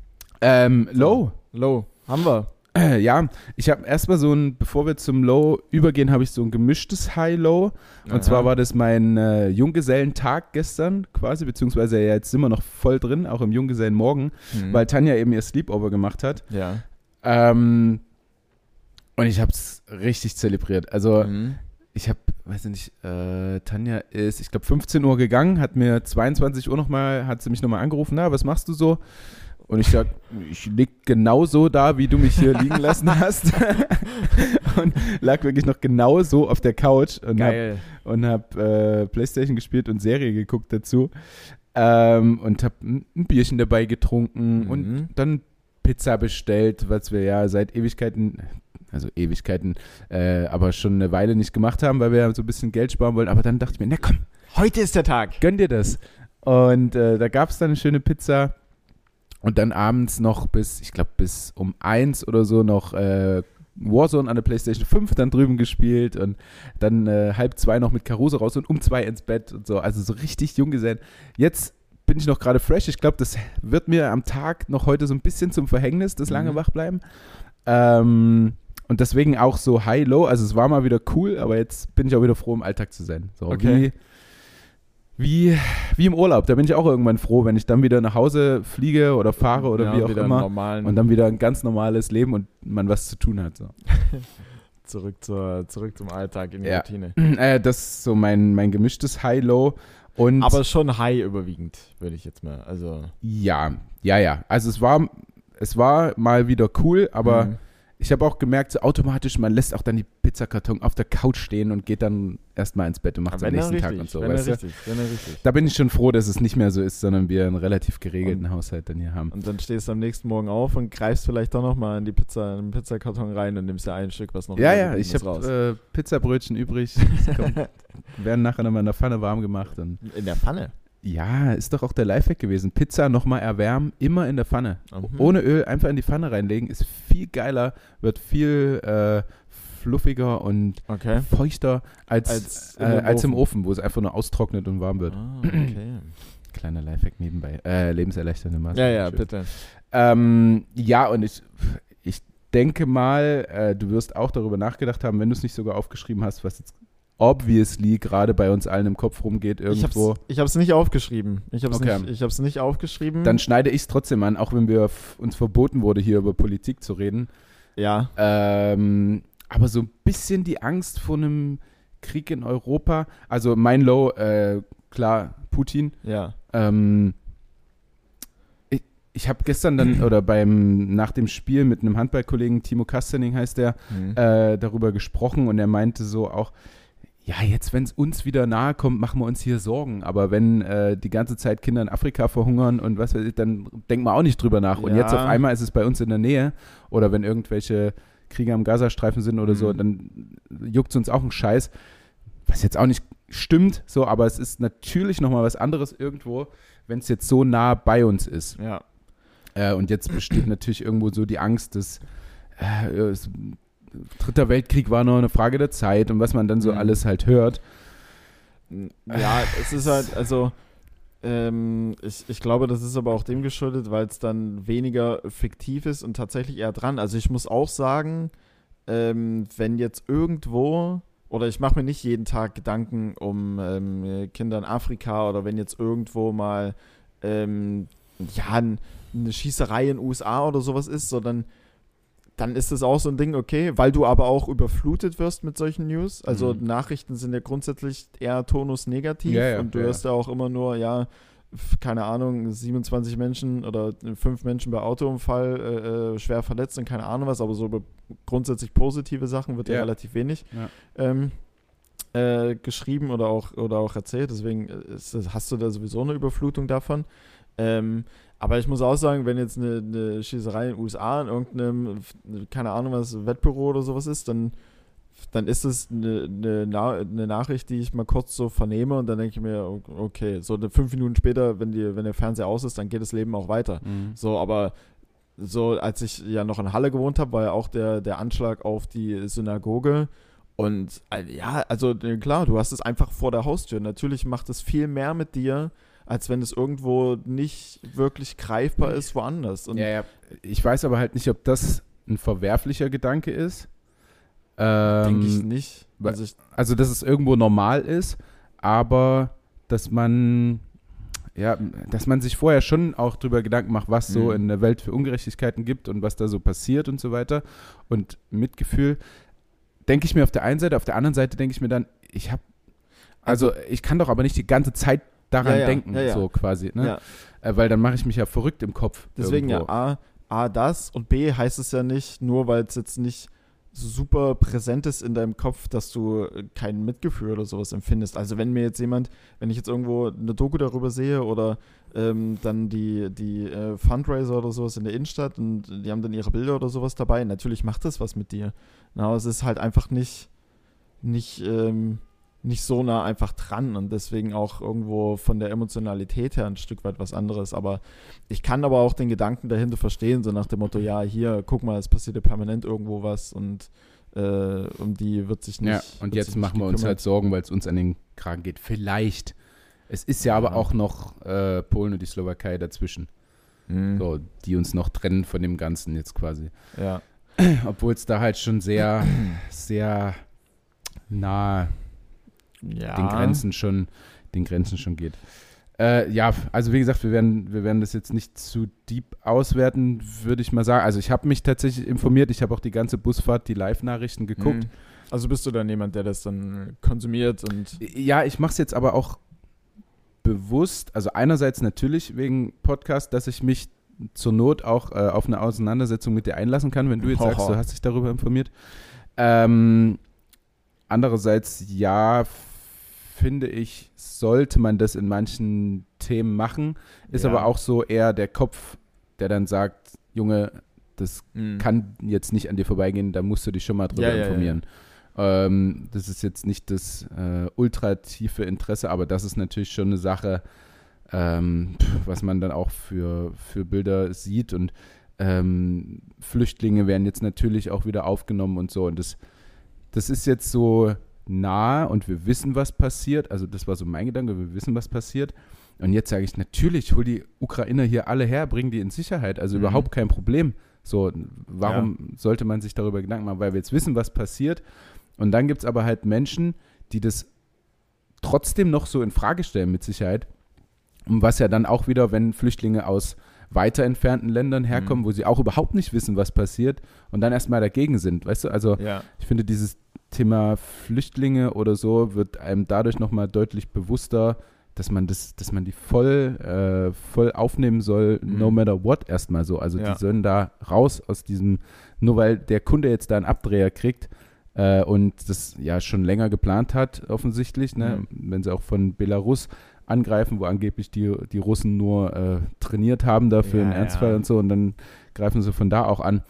Ähm, Low. Low. Haben wir. Äh, ja, ich habe erstmal so ein, bevor wir zum Low übergehen, habe ich so ein gemischtes High-Low. Und Aha. zwar war das mein äh, Junggesellentag gestern quasi, beziehungsweise ja, jetzt sind wir noch voll drin, auch im Junggesellenmorgen, Mhm. weil Tanja eben ihr Sleepover gemacht hat. Ja. Ähm, und ich habe es richtig zelebriert. Also Mhm. ich habe, weiß ich nicht, äh, Tanja ist, ich glaube, fünfzehn Uhr gegangen, hat mir zweiundzwanzig Uhr nochmal, hat sie mich nochmal angerufen, na, was machst du so? Und ich sag, ich lieg genauso da, wie du mich hier liegen lassen hast. Und lag wirklich noch genau so auf der Couch und hab, Geil. und hab äh, Playstation gespielt und Serie geguckt dazu. Ähm, und hab ein ein Bierchen dabei getrunken Mhm. und dann Pizza bestellt, was wir ja seit Ewigkeiten, also Ewigkeiten, äh, aber schon eine Weile nicht gemacht haben, weil wir ja so ein bisschen Geld sparen wollen. Aber dann dachte ich mir, na komm, Heute ist der Tag. gönn dir das. Und äh, da gab es dann eine schöne Pizza und dann abends noch bis, ich glaube bis um eins oder so noch äh, Warzone an der PlayStation fünf dann drüben gespielt und dann äh, halb zwei noch mit Caruso raus und um zwei ins Bett und so, also so richtig jung gesehen. Jetzt bin ich noch gerade fresh, ich glaube, das wird mir am Tag noch heute so ein bisschen zum Verhängnis, das lange Mhm. Wachbleiben. Ähm, und deswegen auch so high-low, also es war mal wieder cool, aber jetzt bin ich auch wieder froh, im Alltag zu sein. So, Okay. Wie, wie, wie im Urlaub, da bin ich auch irgendwann froh, wenn ich dann wieder nach Hause fliege oder fahre oder ja, wie auch wieder immer Normalen, und dann wieder ein ganz normales Leben und man was zu tun hat. So. zurück, zur, zurück zum Alltag in die Ja. Routine. äh, das ist so mein, mein gemischtes High-Low und Aber schon high überwiegend, würde ich jetzt mal. Also. ja, ja, ja, also es war, es war mal wieder cool, aber Mhm. ich habe auch gemerkt, so automatisch, man lässt auch dann die Pizzakarton auf der Couch stehen und geht dann erstmal ins Bett und macht es am wenn er nächsten richtig, Tag und so. wenn er Weißt du? richtig, wenn er richtig. Da bin ich schon froh, dass es nicht mehr so ist, sondern wir einen relativ geregelten Haushalt dann hier haben. Und dann stehst du am nächsten Morgen auf und greifst vielleicht doch nochmal in die Pizza, in den Pizzakarton rein und nimmst dir ein Stück, was noch Ja, übrig ja, ich ist, raus. habe äh, Pizzabrötchen übrig. Das kommt, werden nachher nochmal in der Pfanne warm gemacht. Und In der Pfanne. ja, ist doch auch der Lifehack gewesen. Pizza nochmal erwärmen, immer in der Pfanne. Mhm. Ohne Öl, einfach in die Pfanne reinlegen, ist viel geiler, wird viel äh, fluffiger und Okay. feuchter als, Als als, in äh, dem als im Ofen. Ofen, wo es einfach nur austrocknet und warm wird. Ah, okay. Kleiner Lifehack nebenbei. Äh, lebenserleichternde Maßnahme. Ja, ja, Schön. bitte. Ähm, ja, und ich, ich denke mal, äh, du wirst auch darüber nachgedacht haben, wenn du es nicht sogar aufgeschrieben hast, was jetzt obviously gerade bei uns allen im Kopf rumgeht Ich irgendwo. hab's, ich hab's nicht aufgeschrieben. Ich hab's, Okay. nicht, ich hab's nicht aufgeschrieben. Dann schneide ich es trotzdem an, auch wenn wir f- uns verboten wurde, hier über Politik zu reden. ja. Ähm, aber so ein bisschen die Angst vor einem Krieg in Europa. Also mein Low, äh, klar, Putin. Ja. Ähm, ich ich habe gestern dann, oder beim, nach dem Spiel mit einem Handballkollegen, Timo Kastening heißt der, Mhm. äh, darüber gesprochen und er meinte so auch, ja, jetzt, wenn es uns wieder nahe kommt, machen wir uns hier Sorgen. Aber wenn äh, die ganze Zeit Kinder in Afrika verhungern und was weiß ich, dann denkt man auch nicht drüber nach. Und Ja. jetzt auf einmal ist es bei uns in der Nähe. Oder wenn irgendwelche Kriege am Gazastreifen sind oder so, Mhm. dann juckt es uns auch einen Scheiß. Was jetzt auch nicht stimmt, so, aber es ist natürlich nochmal was anderes irgendwo, wenn es jetzt so nah bei uns ist. Ja. Äh, und jetzt besteht natürlich irgendwo so die Angst, dass äh, es Dritter Weltkrieg war nur eine Frage der Zeit und was man dann so Mhm. alles halt hört. Ja, es ist halt, also ähm, ich, ich glaube, das ist aber auch dem geschuldet, weil es dann weniger fiktiv ist und tatsächlich eher dran. Also ich muss auch sagen, ähm, wenn jetzt irgendwo, oder ich mache mir nicht jeden Tag Gedanken um ähm, Kinder in Afrika oder wenn jetzt irgendwo mal ähm, ja, n- eine Schießerei in den U S A oder sowas ist, sondern dann ist es auch so ein Ding, okay, weil du aber auch überflutet wirst mit solchen News. Also Mhm. Nachrichten sind ja grundsätzlich eher tonusnegativ Ja, ja, und du ja, hörst ja auch immer nur, ja, f- keine Ahnung, siebenundzwanzig Menschen oder fünf Menschen bei Autounfall äh, äh, schwer verletzt und keine Ahnung was, aber so über grundsätzlich positive Sachen wird ja, Ja. relativ wenig Ja. ähm, äh, geschrieben oder auch, oder auch erzählt. Deswegen ist, das- hast du da sowieso eine Überflutung davon. Ähm, aber ich muss auch sagen, wenn jetzt eine, eine Schießerei in den U S A in irgendeinem, keine Ahnung was, Wettbüro oder sowas ist, dann, dann ist es eine, eine, Na- eine Nachricht, die ich mal kurz so vernehme und dann denke ich mir, okay, so eine fünf Minuten später, wenn, die, wenn der Fernseher aus ist, dann geht das Leben auch weiter. Mhm. So, aber so, als ich ja noch in Halle gewohnt habe, war ja auch der, der Anschlag auf die Synagoge. Und äh, ja, also äh, klar, du hast es einfach vor der Haustür. Natürlich macht es viel mehr mit dir, als wenn es irgendwo nicht wirklich greifbar ist, woanders. Und Ja, ja. Ich weiß aber halt nicht, ob das ein verwerflicher Gedanke ist. Ähm, denke ich nicht. weil- Also ich, Also, dass es irgendwo normal ist, aber dass man, ja, dass man sich vorher schon auch drüber Gedanken macht, was so Mhm. in der Welt für Ungerechtigkeiten gibt und was da so passiert und so weiter. Und Mitgefühl denke ich mir auf der einen Seite, auf der anderen Seite denke ich mir dann, ich habe, also, ich kann doch aber nicht die ganze Zeit daran Ja, ja, denken, ja, ja. so quasi, ne? ja, Äh, weil dann mache ich mich ja verrückt im Kopf. deswegen irgendwo. ja, A, A das und B heißt es ja nicht, nur weil es jetzt nicht super präsent ist in deinem Kopf, dass du äh, kein Mitgefühl oder sowas empfindest. Also wenn mir jetzt jemand, wenn ich jetzt irgendwo eine Doku darüber sehe oder ähm, dann die, die äh, Fundraiser oder sowas in der Innenstadt und die haben dann ihre Bilder oder sowas dabei, natürlich macht das was mit dir. Na, aber es ist halt einfach nicht, nicht, ähm, nicht so nah einfach dran und deswegen auch irgendwo von der Emotionalität her ein Stück weit was anderes. Aber ich kann aber auch den Gedanken dahinter verstehen, so nach dem Motto, ja, hier, guck mal, es passiert ja permanent irgendwo was und äh, um die wird sich nicht Ja, und wird jetzt sich nicht machen wir uns gekümmert. halt Sorgen, weil es uns an den Kragen geht. Vielleicht. Es ist ja, Ja. aber auch noch äh, Polen und die Slowakei dazwischen, Mhm. so, die uns noch trennen von dem Ganzen jetzt quasi. Ja. Obwohl es da halt schon sehr, sehr nah Ja. den Grenzen schon, den Grenzen schon geht. Äh, ja, also wie gesagt, wir werden, wir werden das jetzt nicht zu deep auswerten, würde ich mal sagen. Also ich habe mich tatsächlich informiert, ich habe auch die ganze Busfahrt, die Live-Nachrichten geguckt. Mhm. Also bist du dann jemand, der das dann konsumiert und Ja, ich mache es jetzt aber auch bewusst, also einerseits natürlich wegen Podcast, dass ich mich zur Not auch äh, auf eine Auseinandersetzung mit dir einlassen kann, wenn du jetzt Haha. sagst, du hast dich darüber informiert. Ähm, andererseits, ja, finde ich, sollte man das in manchen Themen machen, ist Ja. aber auch so eher der Kopf, der dann sagt, Junge, das Mhm. kann jetzt nicht an dir vorbeigehen, da musst du dich schon mal drüber Ja, ja, ja. informieren. Ähm, das ist jetzt nicht das äh, ultra tiefe Interesse, aber das ist natürlich schon eine Sache, ähm, pf, was man dann auch für, für Bilder sieht und ähm, Flüchtlinge werden jetzt natürlich auch wieder aufgenommen und so und das, das ist jetzt so nah und wir wissen, was passiert, also das war so mein Gedanke, wir wissen, was passiert und jetzt sage ich, natürlich, hol die Ukrainer hier alle her, bring die in Sicherheit, also Mhm. überhaupt kein Problem. So, warum sollte man sich darüber Gedanken machen? Weil wir jetzt wissen, was passiert. Und dann gibt es aber halt Menschen, die das trotzdem noch so in Frage stellen, mit Sicherheit. Und was ja dann auch wieder, wenn Flüchtlinge aus weiter entfernten Ländern herkommen, Mhm. wo sie auch überhaupt nicht wissen, was passiert und dann erstmal dagegen sind. Weißt du, also Ja. ich finde, dieses Thema Flüchtlinge oder so wird einem dadurch nochmal deutlich bewusster, dass man das, dass man die voll, äh, voll aufnehmen soll, Mhm. no matter what erstmal so. Also Ja. die sollen da raus aus diesem, nur weil der Kunde jetzt da einen Abdreher kriegt äh, und das ja schon länger geplant hat, offensichtlich, ne? Wenn sie auch von Belarus angreifen, wo angeblich die, die Russen nur äh, trainiert haben dafür Ja, einen Ernstfall ja. und so und dann greifen sie von da auch an.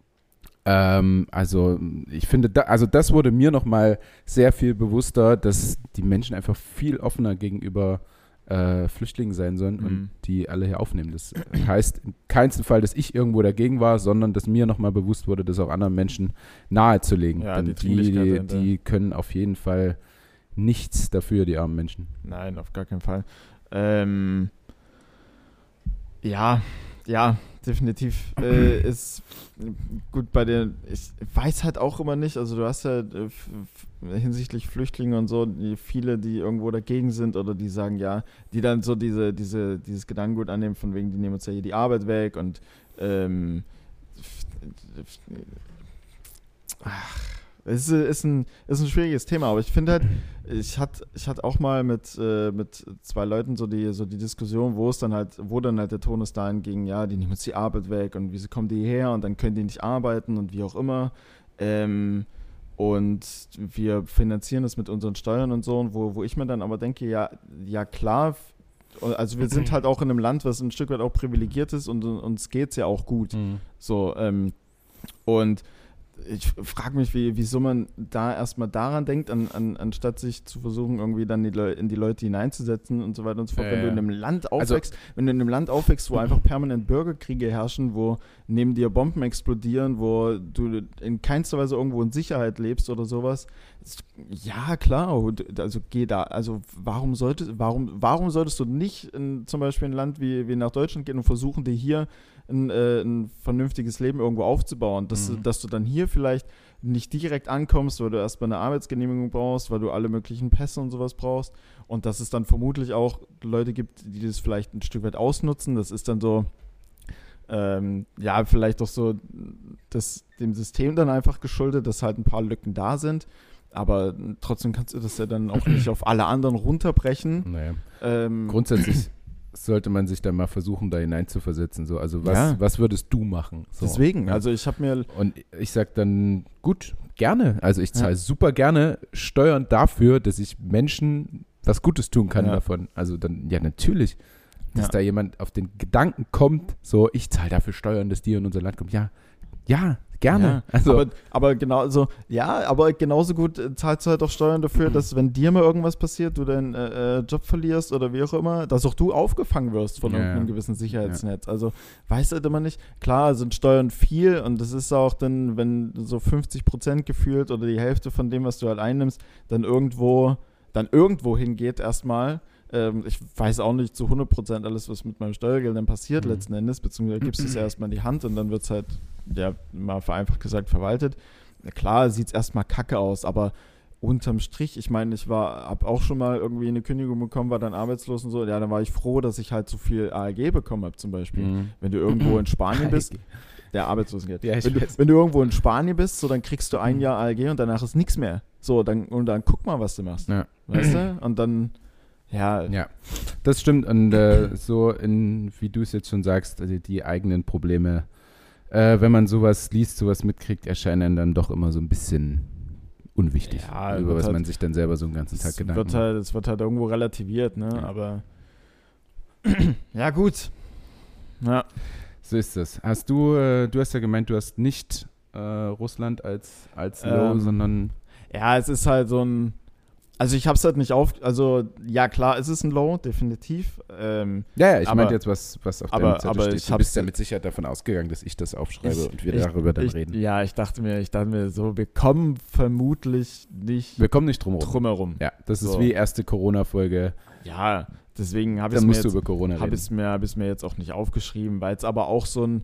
Ähm, also ich finde, da, also das wurde mir nochmal sehr viel bewusster, dass die Menschen einfach viel offener gegenüber äh, Flüchtlingen sein sollen Mhm. und die alle hier aufnehmen. Das heißt im keinsten Fall, dass ich irgendwo dagegen war, sondern dass mir nochmal bewusst wurde, das auch anderen Menschen nahezulegen. Ja, Denn die die, Dringlichkeit die, dahinter. die können auf jeden Fall nichts dafür, die armen Menschen. Nein, auf gar keinen Fall. Ähm, ja, ja, definitiv. äh, ist gut bei der, ich weiß halt auch immer nicht, also du hast ja äh, f- f- hinsichtlich Flüchtlinge und so, die, viele, die irgendwo dagegen sind oder die sagen, ja, die dann so diese, diese, dieses Gedankengut annehmen, von wegen, die nehmen uns ja hier die Arbeit weg und ähm, f- f- ach, es ist, ist, ein, ist ein schwieriges Thema, aber ich finde halt, ich hatte ich hatte auch mal mit, äh, mit zwei Leuten so die, so die Diskussion, wo es dann halt, wo dann halt der Tonus dahin ging, ja, die nehmen uns die Arbeit weg und wieso kommen die hierher und dann können die nicht arbeiten und wie auch immer. Ähm, und wir finanzieren das mit unseren Steuern und so, und wo, wo ich mir dann aber denke, ja, ja klar, also wir sind halt auch in einem Land, was ein Stück weit auch privilegiert ist und uns geht es ja auch gut. So, ähm, und ich frage mich, wie, wieso man da erstmal daran denkt, an, an, anstatt sich zu versuchen, irgendwie dann die Leu- in die Leute hineinzusetzen und so weiter und so fort. Ja, wenn du ja. in einem Land Also- aufwächst, wenn du in einem Land aufwächst, wo einfach permanent Bürgerkriege herrschen, wo neben dir Bomben explodieren, wo du in keinster Weise irgendwo in Sicherheit lebst oder sowas, ist, ja klar, und- also geh da, also warum solltest, warum, warum solltest du nicht in zum Beispiel ein Land wie, wie nach Deutschland gehen und versuchen, dir hier ein, äh, ein vernünftiges Leben irgendwo aufzubauen, dass, Mhm. du, dass du dann hier vielleicht nicht direkt ankommst, weil du erstmal eine Arbeitsgenehmigung brauchst, weil du alle möglichen Pässe und sowas brauchst und dass es dann vermutlich auch Leute gibt, die das vielleicht ein Stück weit ausnutzen. Das ist dann so, ähm, ja, vielleicht auch so das, dem System dann einfach geschuldet, dass halt ein paar Lücken da sind, aber trotzdem kannst du das ja dann auch nicht auf alle anderen runterbrechen. Naja. Ähm, Grundsätzlich sollte man sich dann mal versuchen, da hineinzuversetzen. So. Also was, Ja. was würdest du machen? So. deswegen, Ja. also ich habe mir Und ich sag dann, gut, gerne. Also ich zahle Ja. super gerne Steuern dafür, dass ich Menschen was Gutes tun kann Ja. davon. Also dann, ja natürlich, dass Ja. da jemand auf den Gedanken kommt, so ich zahle dafür Steuern, dass die in unser Land kommen. Ja, ja, gerne. Ja, also, aber, aber genau, also, ja, aber genauso gut äh, zahlst du halt auch Steuern dafür, dass wenn dir mal irgendwas passiert, du deinen äh, äh, Job verlierst oder wie auch immer, dass auch du aufgefangen wirst von Ja, irgendeinem ja. gewissen Sicherheitsnetz. Also weißt du halt immer nicht, klar sind Steuern viel und das ist auch dann, wenn so fünfzig Prozent gefühlt oder die Hälfte von dem, was du halt einnimmst, dann irgendwo, dann irgendwo hingeht erstmal. Ähm, ich weiß auch nicht zu hundert Prozent alles, was mit meinem Steuergeld dann passiert Mhm. letzten Endes, beziehungsweise gibst du es erstmal in die Hand und dann wird es halt, ja, mal vereinfacht gesagt, verwaltet. Na klar, sieht es erstmal kacke aus, aber unterm Strich, ich meine, ich war, habe auch schon mal irgendwie eine Kündigung bekommen, war dann arbeitslos und so, ja, dann war ich froh, dass ich halt so viel A L G bekommen habe zum Beispiel. Mhm. Wenn du irgendwo in Spanien bist, der Arbeitslosengeld. Ja, ich wenn, du, weiß. wenn du irgendwo in Spanien bist, so dann kriegst du ein Jahr A L G und danach ist nichts mehr. So, dann, und dann guck mal, was du machst. Ja. Weißt du? Und dann, ja, Ja, das stimmt. Und äh, so, in, wie du es jetzt schon sagst, also die eigenen Probleme, äh, wenn man sowas liest, sowas mitkriegt, erscheinen dann doch immer so ein bisschen unwichtig, Ja, über wird was halt- man sich dann selber so einen ganzen Tag es Gedanken wird macht. halt, es wird halt irgendwo relativiert, ne? Ja. Aber ja, gut. Ja. So ist das. Hast du, äh, du hast ja gemeint, du hast nicht äh, Russland als, als Low, Ähm, sondern Ja, es ist halt so ein. Also ich hab's halt nicht auf. Also, ja klar, es ist ein Low, definitiv. Ähm, ja, ja, ich aber- meinte jetzt, was, was auf aber- deinem Zettel aber steht. ich Du hab's- bist ja mit Sicherheit davon ausgegangen, dass ich das aufschreibe Ich- und wir ich- darüber dann ich, reden. Ja, ich dachte mir, ich dachte mir so, wir kommen vermutlich nicht Wir kommen nicht drum herum. drumherum. Ja, das ist So. wie erste Corona-Folge. Ja, deswegen habe ich Dann es mir, musst du jetzt- über Corona hab reden. ich's mir, hab ich's mir jetzt auch nicht aufgeschrieben, weil es aber auch so ein.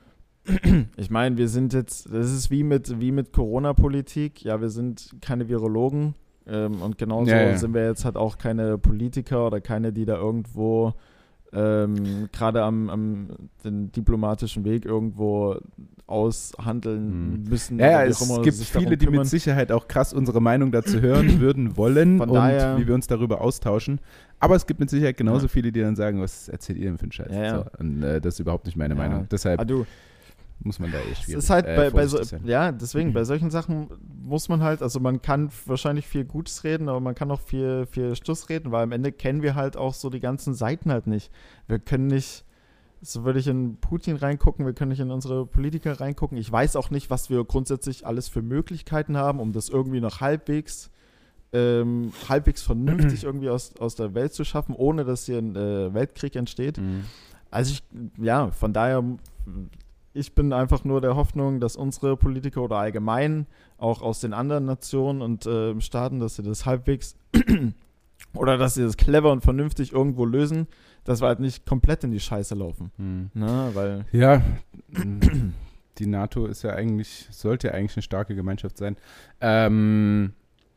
Ich meine, wir sind jetzt, das ist wie mit, wie mit Corona-Politik. Ja, wir sind keine Virologen. Ähm, und genauso Ja, ja. sind wir jetzt halt auch keine Politiker oder keine, die da irgendwo ähm, gerade am, am den diplomatischen Weg irgendwo aushandeln Hm. müssen. Ja, ja, oder wie es auch immer gibt sich darum viele, die kümmern. mit Sicherheit auch krass unsere Meinung dazu hören würden wollen Von und daher- wie wir uns darüber austauschen. Aber es gibt mit Sicherheit genauso Ja. viele, die dann sagen, was erzählt ihr denn für einen Scheiß? Ja, ja. So, und äh, das ist überhaupt nicht meine Ja. Meinung. Deshalb Ah, du, muss man da eh es schwierig ist halt äh, bei, bei so, vorsichtig sein. ja, deswegen, bei solchen Sachen muss man halt, also man kann wahrscheinlich viel Gutes reden, aber man kann auch viel, viel Stuss reden, weil am Ende kennen wir halt auch so die ganzen Seiten halt nicht. Wir können nicht, so würde ich in Putin reingucken, wir können nicht in unsere Politiker reingucken. Ich weiß auch nicht, was wir grundsätzlich alles für Möglichkeiten haben, um das irgendwie noch halbwegs ähm, halbwegs vernünftig irgendwie aus, aus der Welt zu schaffen, ohne dass hier ein äh, Weltkrieg entsteht. Mhm. Also ich, ja, von daher, ich bin einfach nur der Hoffnung, dass unsere Politiker oder allgemein auch aus den anderen Nationen und äh, Staaten, dass sie das halbwegs oder dass sie das clever und vernünftig irgendwo lösen, dass wir halt nicht komplett in die Scheiße laufen. Mhm. Na, weil Ja, die NATO ist ja eigentlich, sollte ja eigentlich eine starke Gemeinschaft sein. Ähm,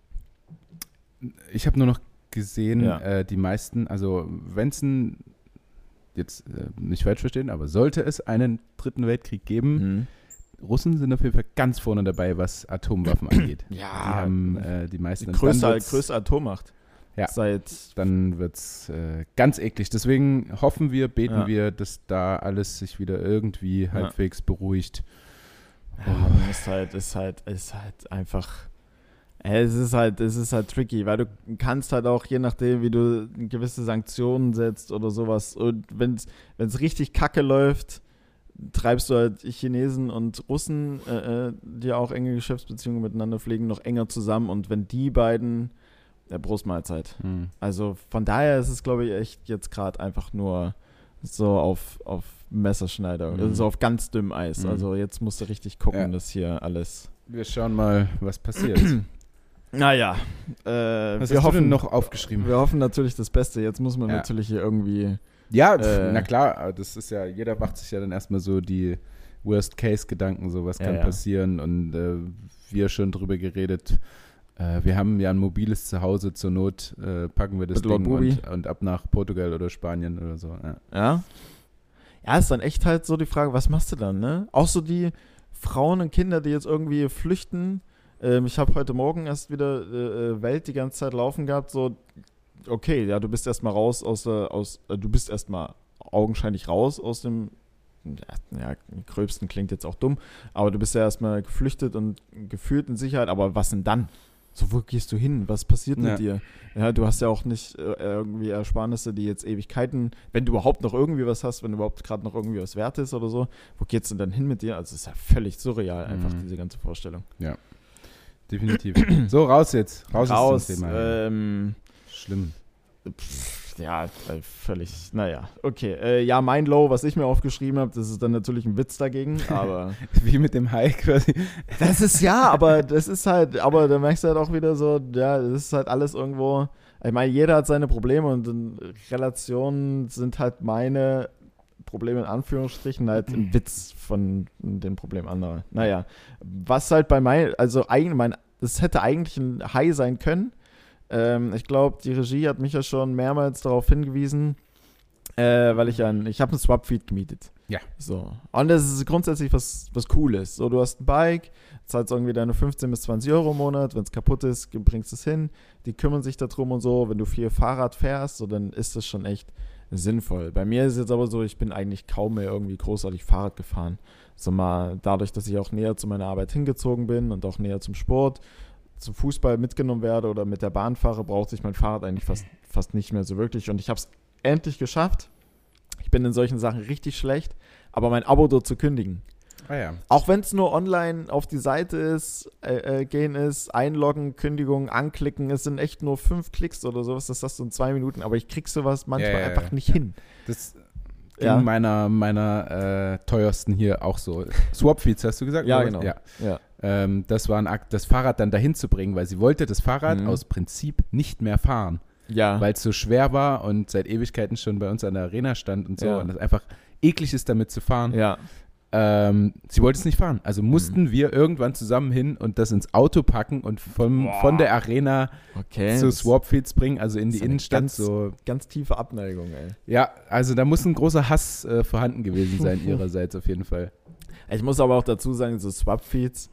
ich habe nur noch gesehen, Ja. äh, die meisten, also wenn es ein, jetzt äh, nicht falsch verstehen, aber sollte es einen dritten Weltkrieg geben, Mhm. Russen sind auf jeden Fall ganz vorne dabei, was Atomwaffen angeht. Ja, die haben äh, die die meisten. größte, Dann wird's- größte Atommacht. Ja. Seit Dann wird es äh, ganz eklig. Deswegen hoffen wir, beten Ja. wir, dass da alles sich wieder irgendwie Ja. halbwegs beruhigt. Ja, man ist halt, ist halt, ist halt einfach. Ey, Es ist halt, es ist halt tricky, weil du kannst halt auch, je nachdem, wie du gewisse Sanktionen setzt oder sowas, und wenn es richtig kacke läuft, treibst du halt Chinesen und Russen, äh, äh, die auch enge Geschäftsbeziehungen miteinander pflegen, noch enger zusammen, und wenn die beiden, der Brustmahlzeit. Hm. Also von daher ist es, glaube ich, echt jetzt gerade einfach nur so auf, auf Messerschneider, Mhm. also auf ganz dünnem Eis. Mhm. Also jetzt musst du richtig gucken, Ja. dass hier alles. Wir schauen mal, was passiert. Naja, äh, Was wir hast du hoffen denn noch aufgeschrieben? Wir hoffen natürlich das Beste. Jetzt muss man Ja. natürlich hier irgendwie. Ja, Äh, na klar, das ist ja, jeder macht sich ja dann erstmal so die Worst-Case-Gedanken, so was Ja, kann ja. passieren, und äh, wir schon drüber geredet. Äh, wir haben ja ein mobiles Zuhause, zur Not äh, packen wir das Mit Lord Ding Bubi. und, und ab nach Portugal oder Spanien oder so. Ja. Ja. Ja, ist dann echt halt so die Frage, was machst du dann, ne? Auch so die Frauen und Kinder, die jetzt irgendwie flüchten. Ähm, ich habe heute Morgen erst wieder äh, Welt die ganze Zeit laufen gehabt, so, okay, ja, du bist erstmal raus aus der, aus, äh, du bist erstmal augenscheinlich raus aus dem, ja, ja, gröbsten klingt jetzt auch dumm, aber du bist ja erstmal geflüchtet und gefühlt in Sicherheit, aber was denn dann? So, wo gehst du hin? Was passiert Ja. mit dir? Ja, du hast ja auch nicht äh, irgendwie Ersparnisse, die jetzt Ewigkeiten, wenn du überhaupt noch irgendwie was hast, wenn überhaupt gerade noch irgendwie was wert ist oder so, wo geht's denn dann hin mit dir? Also es ist ja völlig surreal, einfach Mhm. diese ganze Vorstellung. Definitiv. So, raus jetzt. Raus, Raus, ist das Thema. ähm, Schlimm. pff, ja, äh, völlig, naja, okay. Äh, ja, mein Low, was ich mir aufgeschrieben habe, das ist dann natürlich ein Witz dagegen, aber Wie mit dem Hai quasi. das ist ja, aber das ist halt, aber da merkst du halt auch wieder so, ja, das ist halt alles irgendwo, ich meine, jeder hat seine Probleme, und in Relationen sind halt meine Probleme in Anführungsstrichen halt ein Witz von den Problemen anderer. Naja, was halt bei mein, also eigentlich, mein, das hätte eigentlich ein High sein können. Ähm, ich glaube, die Regie hat mich ja schon mehrmals darauf hingewiesen, äh, weil ich ja, ein, ich habe einen Swapfeed gemietet. Ja. So. Und das ist grundsätzlich was, was Cooles. So, du hast ein Bike, zahlst irgendwie deine fünfzehn bis zwanzig Euro im Monat, wenn es kaputt ist, bringst es hin, die kümmern sich darum und so. Wenn du viel Fahrrad fährst, so, dann ist das schon echt sinnvoll. Bei mir ist es jetzt aber so, ich bin eigentlich kaum mehr irgendwie großartig Fahrrad gefahren. So mal dadurch, dass ich auch näher zu meiner Arbeit hingezogen bin und auch näher zum Sport, zum Fußball mitgenommen werde oder mit der Bahn fahre, braucht sich mein Fahrrad eigentlich fast, fast nicht mehr so wirklich. Und ich habe es endlich geschafft. Ich bin in solchen Sachen richtig schlecht, aber mein Abo dort zu kündigen. Ah ja. Auch wenn es nur online auf die Seite ist, äh, äh, gehen ist, einloggen, Kündigung, anklicken, es sind echt nur fünf Klicks oder sowas, das hast du in zwei Minuten, aber ich krieg sowas manchmal Ja, ja, einfach ja. nicht hin. Das ging Ja. meiner, meiner äh, teuersten hier auch so. Swapfeeds, hast du gesagt? Ja, oder genau. was? Ja. Ja. Ähm, das war ein Akt, das Fahrrad dann dahin zu bringen, weil sie wollte das Fahrrad Mhm. aus Prinzip nicht mehr fahren, Ja. weil es so schwer war und seit Ewigkeiten schon bei uns an der Arena stand und so, Ja. und es einfach eklig ist, damit zu fahren. ja. Ähm, sie wollte es nicht fahren. Also mussten Mhm. wir irgendwann zusammen hin und das ins Auto packen und vom, Boah. von der Arena Okay. zu das Swapfeeds bringen, also in das die ist eine Innenstadt. ganz- So. Ganz tiefe Abneigung, ey. Ja, also da muss ein großer Hass äh, vorhanden gewesen sein ihrerseits auf jeden Fall. Ich muss aber auch dazu sagen, so Swapfeeds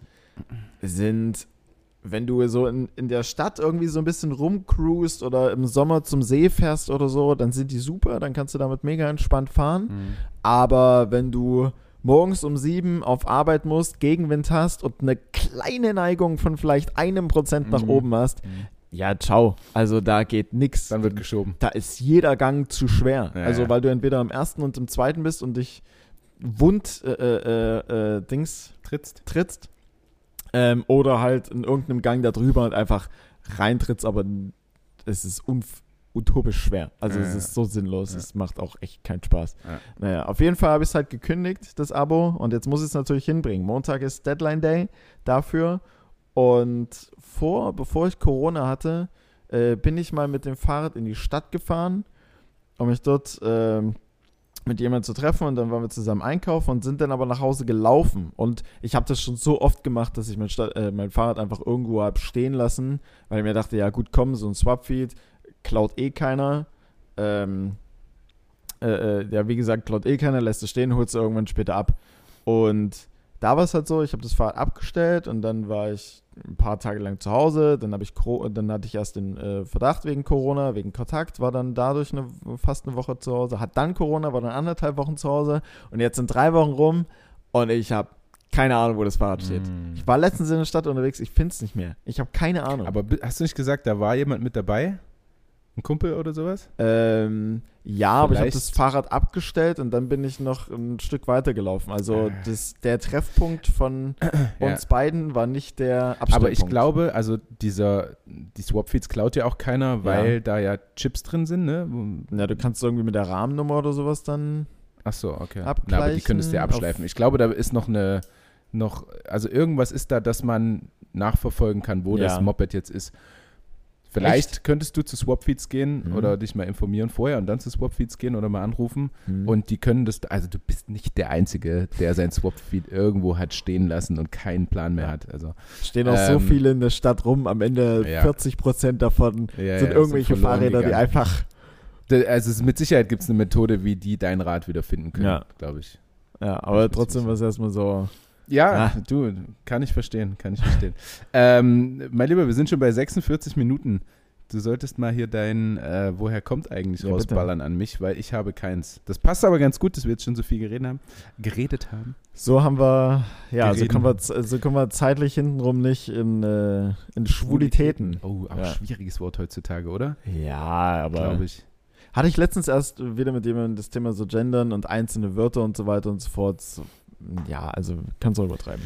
sind, wenn du so in, in der Stadt irgendwie so ein bisschen rumcruist oder im Sommer zum See fährst oder so, dann sind die super, dann kannst du damit mega entspannt fahren. Aber wenn du morgens um sieben auf Arbeit musst, Gegenwind hast und eine kleine Neigung von vielleicht einem Prozent nach Mhm. oben hast, ja, ciao. Also da geht nix. Dann wird geschoben. Da ist jeder Gang zu schwer. Ja, also ja. weil du entweder im ersten und im zweiten bist und dich wund äh, äh, äh, Dings Trittst. trittst, ähm, oder halt in irgendeinem Gang da drüber und einfach reintrittst, aber es ist unf- utopisch schwer. Also Ja, es ja. ist so sinnlos, Ja. es macht auch echt keinen Spaß. Ja. Naja, auf jeden Fall habe ich es halt gekündigt, das Abo, und jetzt muss ich es natürlich hinbringen. Montag ist Deadline Day dafür, und vor, bevor ich Corona hatte, äh, bin ich mal mit dem Fahrrad in die Stadt gefahren, um mich dort ähm, mit jemandem zu treffen, und dann waren wir zusammen einkaufen und sind dann aber nach Hause gelaufen. Und ich habe das schon so oft gemacht, dass ich mein, Sta- äh, mein Fahrrad einfach irgendwo habe stehen lassen, weil ich mir dachte, ja gut, komm, so ein Swapfeed klaut eh keiner. Ähm, äh, äh, ja, wie gesagt, klaut eh keiner, lässt es stehen, holt es irgendwann später ab. Und da war es halt so, ich habe das Fahrrad abgestellt, und dann war ich ein paar Tage lang zu Hause, dann, hab ich, dann hatte ich erst den äh, Verdacht wegen Corona, wegen Kontakt, war dann dadurch eine, fast eine Woche zu Hause, hat dann Corona, war dann anderthalb Wochen zu Hause, und jetzt sind drei Wochen rum, und ich habe keine Ahnung, wo das Fahrrad steht. Mm. Ich war letztens in der Stadt unterwegs, ich finde es nicht mehr. Ich habe keine Ahnung. Aber bi- hast du nicht gesagt, da war jemand mit dabei? Ein Kumpel oder sowas? Ähm, ja, aber ich habe Vielleicht- das Fahrrad abgestellt, und dann bin ich noch ein Stück weiter gelaufen. Also das, der Treffpunkt von Ja. uns beiden war nicht der Abstellpunkt. Aber ich glaube, also dieser, die Swapfeeds klaut ja auch keiner, weil Ja. da ja Chips drin sind, ne? Wo- Ja, du kannst irgendwie mit der Rahmennummer oder sowas dann... Ach so, okay. Abgleichen Na, aber die könntest du ja abschleifen. auf- Ich glaube, da ist noch eine, noch, also irgendwas ist da, dass man nachverfolgen kann, wo Ja. das Moped jetzt ist. Vielleicht könntest du zu Swapfeeds gehen Mhm. oder dich mal informieren vorher und dann zu Swapfeeds gehen oder mal anrufen. Hm. Und die können das, also du bist nicht der Einzige, der sein Swapfeed irgendwo hat stehen lassen und keinen Plan mehr Ja. hat. Also, Stehen auch so ähm, viele in der Stadt rum, am Ende Ja. vierzig Prozent davon ja, sind ja, irgendwelche verloren Fahrräder, die gegangen. einfach... Da- Also es- mit Sicherheit gibt es eine Methode, wie die dein Rad wiederfinden können, Ja. glaube ich. Ja, aber Ich bin trotzdem ziemlich war es erstmal so... Ja, Ah. du, kann ich verstehen, kann ich verstehen. ähm, mein Lieber, wir sind schon bei sechsundvierzig Minuten. Du solltest mal hier dein äh, Woher kommt eigentlich Ja, bitte. rausballern an mich, weil ich habe keins. Das passt aber ganz gut, dass wir jetzt schon so viel geredet haben. Geredet haben. So haben wir... Ja, so Gereden. kommen, wir, z- so kommen wir zeitlich hintenrum nicht in, äh, in Schwulitäten. Oh, aber Ja. schwieriges Wort heutzutage, oder? Ja, aber... Glaube ich. Hatte ich letztens erst wieder mit jemandem das Thema so Gendern und einzelne Wörter und so weiter und so fort. So, ja, also kannst du auch übertreiben.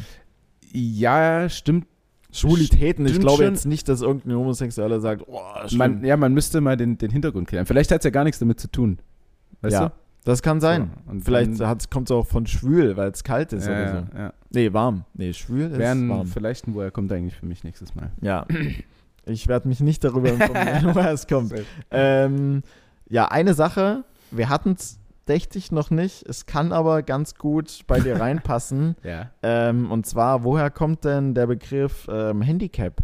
Ja, stimmt. Schwulitäten, ich Stimmt glaube schon. jetzt nicht, dass irgendein Homosexueller sagt, oh, schwul. Man, ja, man müsste mal den, den Hintergrund klären. Vielleicht hat es ja gar nichts damit zu tun. Weißt ja, du? das kann sein. So, und Vielleicht dann- kommt es auch von schwül, weil es kalt ist ja, oder ja, so. ja. Nee, warm. Nee, schwül ist Wären warm. vielleicht ein Woher kommt eigentlich für mich nächstes Mal. Ja. Ich werde mich nicht darüber informieren, woher es kommt. Ähm, ja, eine Sache, wir hatten es, dächte ich, noch nicht. Es kann aber ganz gut bei dir reinpassen. Ja. Ähm, und zwar, woher kommt denn der Begriff ähm, Handicap?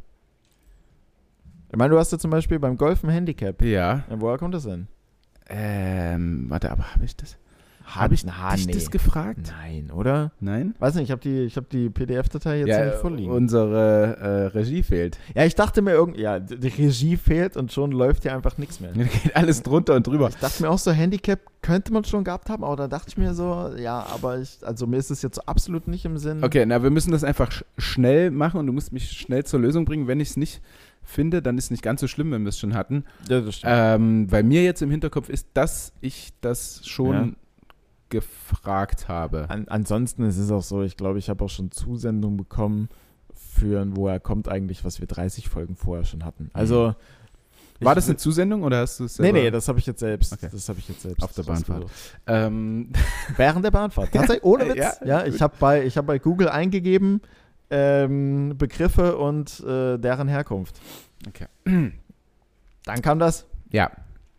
Ich meine, du hast ja zum Beispiel beim Golf ein Handicap. Ja. Ja, woher kommt das denn? Ähm, warte, aber habe ich das? Habe ich Na, dich nee. das gefragt? Nein, oder? Nein? Weiß nicht, ich habe die, ich hab die P D F-Datei jetzt nicht Ja, vorliegen. unsere äh, Regie fehlt. Ja, ich dachte mir irgendwie, ja, die die Regie fehlt und schon läuft hier einfach nichts mehr. Da geht alles drunter und drüber. Ich dachte mir auch so, Handicap könnte man schon gehabt haben, aber da dachte ich mir so, ja, aber ich, also mir ist es jetzt so absolut nicht im Sinn. Okay, na, wir müssen das einfach sch schnell machen und du musst mich schnell zur Lösung bringen. Wenn ich es nicht finde, dann ist es nicht ganz so schlimm, wenn wir es schon hatten. Ja, das stimmt. Ähm, bei mir jetzt im Hinterkopf ist, dass ich das schon Ja. gefragt habe. An, ansonsten ist es auch so, ich glaube, ich habe auch schon Zusendungen bekommen für ein woher kommt eigentlich, was wir dreißig Folgen vorher schon hatten. Also War ich- das eine Zusendung oder hast du es Nee, selber? nee, das habe ich jetzt selbst. Okay. Das habe ich jetzt selbst Auf der Bahnfahrt. rausgesucht. Ähm, Während der Bahnfahrt. Tatsächlich, ohne Witz. Ja. Ja, ich habe bei, ich hab bei Google eingegeben ähm, Begriffe und äh, deren Herkunft. okay. Dann kam das. Ja.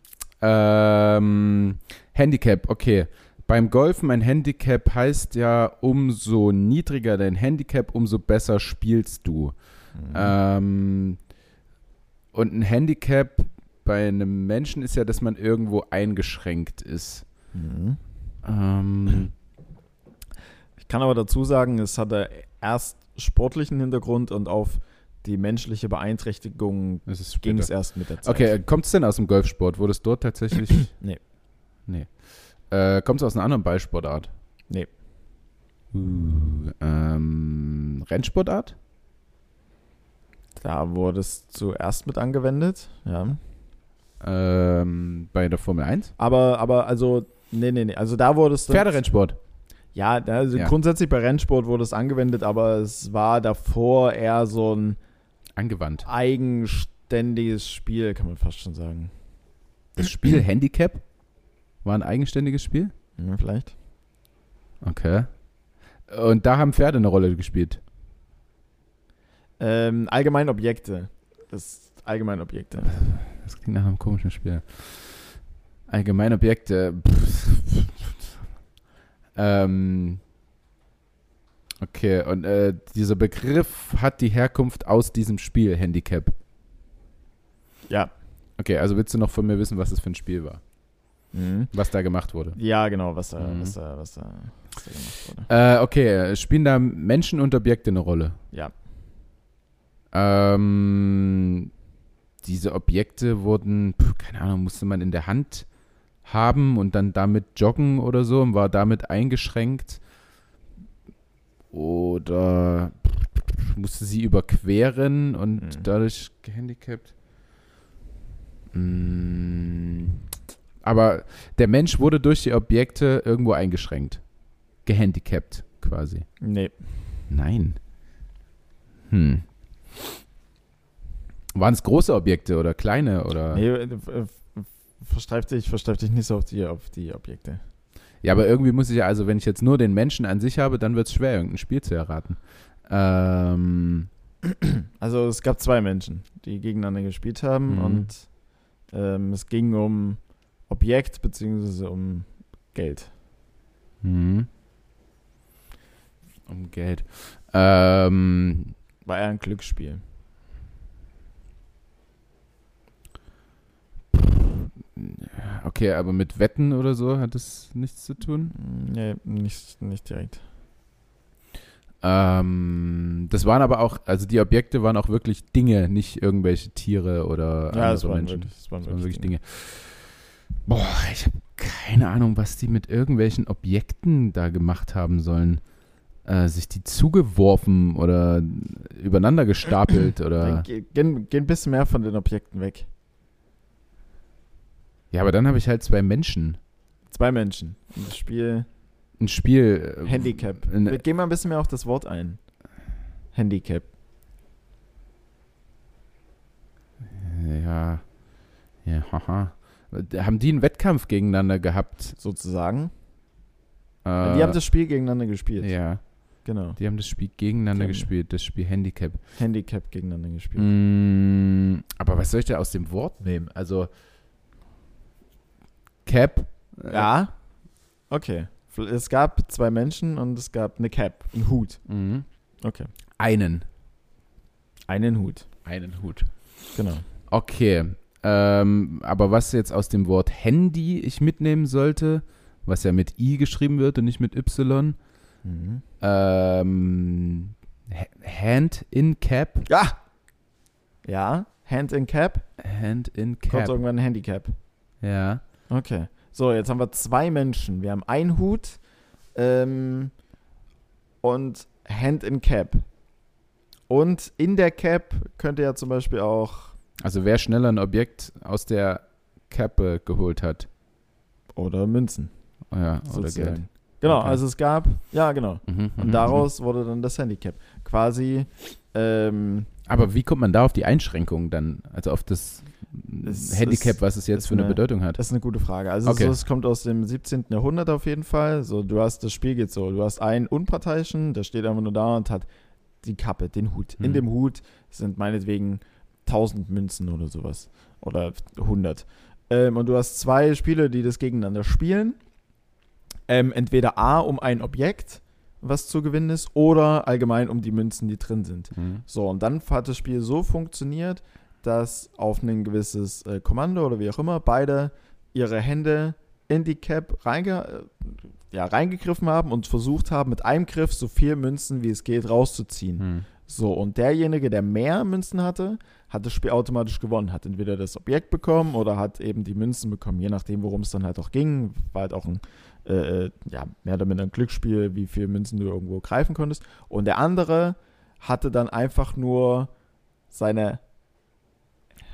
Ähm, Handicap, okay. Beim Golfen ein Handicap heißt ja, umso niedriger dein Handicap, umso besser spielst du. Ähm, und ein Handicap bei einem Menschen ist ja, dass man irgendwo eingeschränkt ist. Mhm. Ähm, Ich kann aber dazu sagen, es hatte erst sportlichen Hintergrund und auf die menschliche Beeinträchtigung das ist ging später. es erst mit der Zeit. Okay, kommt es denn aus dem Golfsport? Wurde es dort tatsächlich? Nee. Nee. Äh, kommt es aus einer anderen Ballsportart? Nee. Uh, ähm, Rennsportart? Da wurde es zuerst mit angewendet, ja. Ähm, bei der Formel eins? Aber, aber also, nee, nee, nee. Also da wurde es dann, Pferderennsport. Ja, also Ja. grundsätzlich bei Rennsport wurde es angewendet, aber es war davor eher so ein Angewandt. Eigen, eigenständiges Spiel, kann man fast schon sagen. Das Spiel Handicap war ein eigenständiges Spiel? Ja, vielleicht. Okay. Und da haben Pferde eine Rolle gespielt? Ähm, allgemein Objekte. Das allgemein Objekte. Das klingt nach einem komischen Spiel. Allgemein Objekte. ähm... Okay, und äh, dieser Begriff hat die Herkunft aus diesem Spiel, Handicap. Ja. Okay, also willst du noch von mir wissen, was das für ein Spiel war? Mhm. Was da gemacht wurde? Ja, genau, was da, Mhm. was da, was da, was da gemacht wurde. Äh, okay, spielen da Menschen und Objekte eine Rolle? Ja. Ähm, diese Objekte wurden, pf, keine Ahnung, musste man in der Hand haben und dann damit joggen oder so und war damit eingeschränkt. Oder musste sie überqueren und Mhm. dadurch gehandicapt. Mm, aber der Mensch wurde durch die Objekte irgendwo eingeschränkt. Gehandicapt quasi. Nee. Nein. Hm. Waren es große Objekte oder kleine oder? Nee, äh, äh, verstreif dich, verstreif dich nicht so auf die, auf die Objekte. Ja, aber irgendwie muss ich ja, also wenn ich jetzt nur den Menschen an sich habe, dann wird es schwer, irgendein Spiel zu erraten. Ähm, Also es gab zwei Menschen, die gegeneinander gespielt haben Mhm. und ähm, es ging um Objekt beziehungsweise um Geld. hm. Um Geld. Ähm, War eher ein Glücksspiel. okay, aber mit Wetten oder so hat es nichts zu tun? Nee, nicht, nicht direkt. Ähm, das waren aber auch, also die Objekte waren auch wirklich Dinge, nicht irgendwelche Tiere oder Ja, es andere waren Menschen. wirklich, es waren Das waren wirklich wirklich Dinge. Boah, ich habe keine Ahnung, was die mit irgendwelchen Objekten da gemacht haben sollen. Äh, sich die zugeworfen oder übereinander gestapelt oder. Geh, geh, geh ein bisschen mehr von den Objekten weg. Ja, aber dann habe ich halt zwei Menschen. Zwei Menschen. Und das Spiel Ein Spiel. äh, Handicap. ein- Geh mal ein bisschen mehr auf das Wort ein. Handicap. Ja. Ja, haha. Haben die einen Wettkampf gegeneinander gehabt? Sozusagen. Äh, Die haben das Spiel gegeneinander gespielt. Ja, Genau. die haben das Spiel gegeneinander Kennen. gespielt, das Spiel Handicap. Handicap gegeneinander gespielt. Mm, aber was soll ich da aus dem Wort nehmen? Also Cap. äh, Ja. Okay. Es gab zwei Menschen und es gab eine Cap, einen Hut. Mhm. Okay. Einen. Einen Hut. Einen Hut. Genau. Okay. Ähm, aber was jetzt aus dem Wort Handy ich mitnehmen sollte, was ja mit I geschrieben wird und nicht mit Y, Mhm. ähm, Ha- Hand in Cap. Ja. Ja. Hand in Cap. Hand in Kommt Cap. irgendwann ein Handicap. Ja. Okay. So, jetzt haben wir zwei Menschen. Wir haben einen Hut ähm, und Hand in Cap. Und in der Cap könnte ja zum Beispiel auch Also wer schneller ein Objekt aus der Kappe geholt hat. oder Münzen. Ja, oder sozusagen. Geld. Genau, Okay. also es gab, ja genau. Mhm, Und mhm, daraus wurde dann das Handicap. Quasi, ähm, mhm. Aber wie kommt man da auf die Einschränkung dann? Also auf das Es Handicap, ist- was es jetzt ist für eine eine- Bedeutung hat? das ist eine gute Frage. Also Okay. so, es kommt aus dem siebzehnten. Jahrhundert auf jeden Fall. So, du hast, das Spiel geht so, du hast einen Unparteiischen, der steht einfach nur da und hat die Kappe, den Hut. In Mhm. dem Hut sind meinetwegen tausend Münzen oder sowas. Oder hundert. Ähm, und du hast zwei Spieler, die das gegeneinander spielen. Ähm, entweder A, um ein Objekt, was zu gewinnen ist, oder allgemein um die Münzen, die drin sind. Mhm. So, und dann hat das Spiel so funktioniert, dass auf ein gewisses äh, Kommando oder wie auch immer beide ihre Hände in die Cap reinge äh, ja, reingegriffen haben und versucht haben, mit einem Griff so viel Münzen, wie es geht, rauszuziehen. Mhm. So, und derjenige, der mehr Münzen hatte, hat das Spiel automatisch gewonnen. Hat entweder das Objekt bekommen oder hat eben die Münzen bekommen, je nachdem, worum es dann halt auch ging. War halt auch ein, äh, äh, ja, mehr oder minder ein Glücksspiel, wie viele Münzen du irgendwo greifen konntest. Und der andere hatte dann einfach nur seine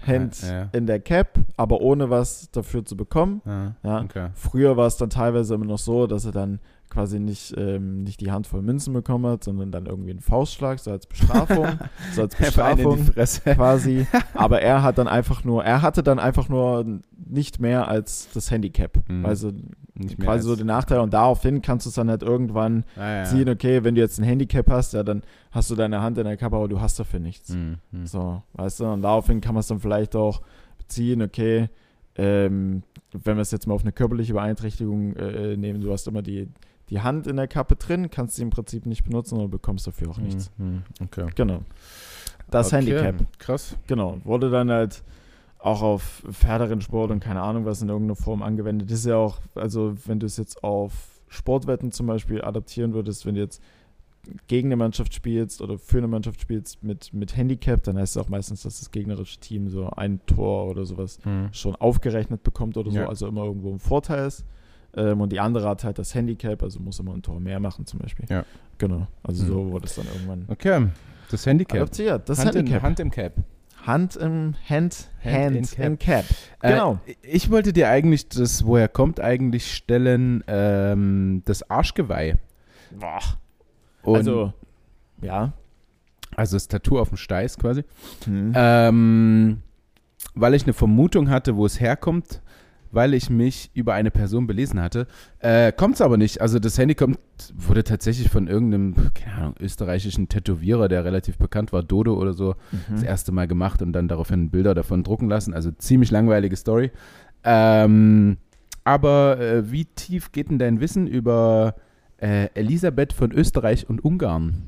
Hand ja, ja. in der Cap, aber ohne was dafür zu bekommen. Ah, Ja. okay. Früher war es dann teilweise immer noch so, dass er dann quasi nicht, ähm, nicht die Hand voll Münzen bekommen hat, sondern dann irgendwie einen Faustschlag, so als Bestrafung. so als Einfach einen in die Bestrafung Fresse. quasi. Aber er hat dann einfach nur, er hatte dann einfach nur nicht mehr als das Handicap. Mhm. Also Nicht mehr quasi als- so den Nachteil. Und daraufhin kannst du es dann halt irgendwann Ah, ja. ziehen, okay, wenn du jetzt ein Handicap hast, ja, dann hast du deine Hand in der Kappe, aber du hast dafür nichts. Mhm. Mhm. So, weißt du, und daraufhin kann man es dann vielleicht auch beziehen, okay, ähm, wenn wir es jetzt mal auf eine körperliche Beeinträchtigung äh, nehmen, du hast immer die, die Hand in der Kappe drin, kannst sie im Prinzip nicht benutzen und bekommst dafür auch nichts. Mhm. Okay. Genau. Das Okay. Handicap, Krass. genau, wurde dann halt auch auf Pferderennsport und keine Ahnung was in irgendeiner Form angewendet. Das ist ja auch, also wenn du es jetzt auf Sportwetten zum Beispiel adaptieren würdest, wenn du jetzt gegen eine Mannschaft spielst oder für eine Mannschaft spielst mit, mit Handicap, dann heißt es auch meistens, dass das gegnerische Team so ein Tor oder sowas Mhm. schon aufgerechnet bekommt oder so, Ja. also immer irgendwo ein Vorteil ist. Ähm, und die andere hat halt das Handicap, also muss immer ein Tor mehr machen zum Beispiel. Ja. Genau, also Mhm. so wurde es dann irgendwann Okay. Das Handicap. adaptiert. Das Hand, Handicap. in, Hand im Cap. Hand im Hand, Hand Hand, in in Cap. Cap. Genau. Äh, ich wollte dir eigentlich das, woher kommt, eigentlich stellen, ähm, das Arschgeweih. Boah. Und, Also, ja. also das Tattoo auf dem Steiß quasi. Hm. Ähm, weil ich eine Vermutung hatte, wo es herkommt, weil ich mich über eine Person belesen hatte. Äh, kommt es aber nicht. Also das Handy kommt, wurde tatsächlich von irgendeinem, keine Ahnung, österreichischen Tätowierer, der relativ bekannt war, Dodo oder so, das Mhm. erste Mal gemacht und dann daraufhin Bilder davon drucken lassen. Also ziemlich langweilige Story. Ähm, aber äh, wie tief geht denn dein Wissen über äh, Elisabeth von Österreich und Ungarn?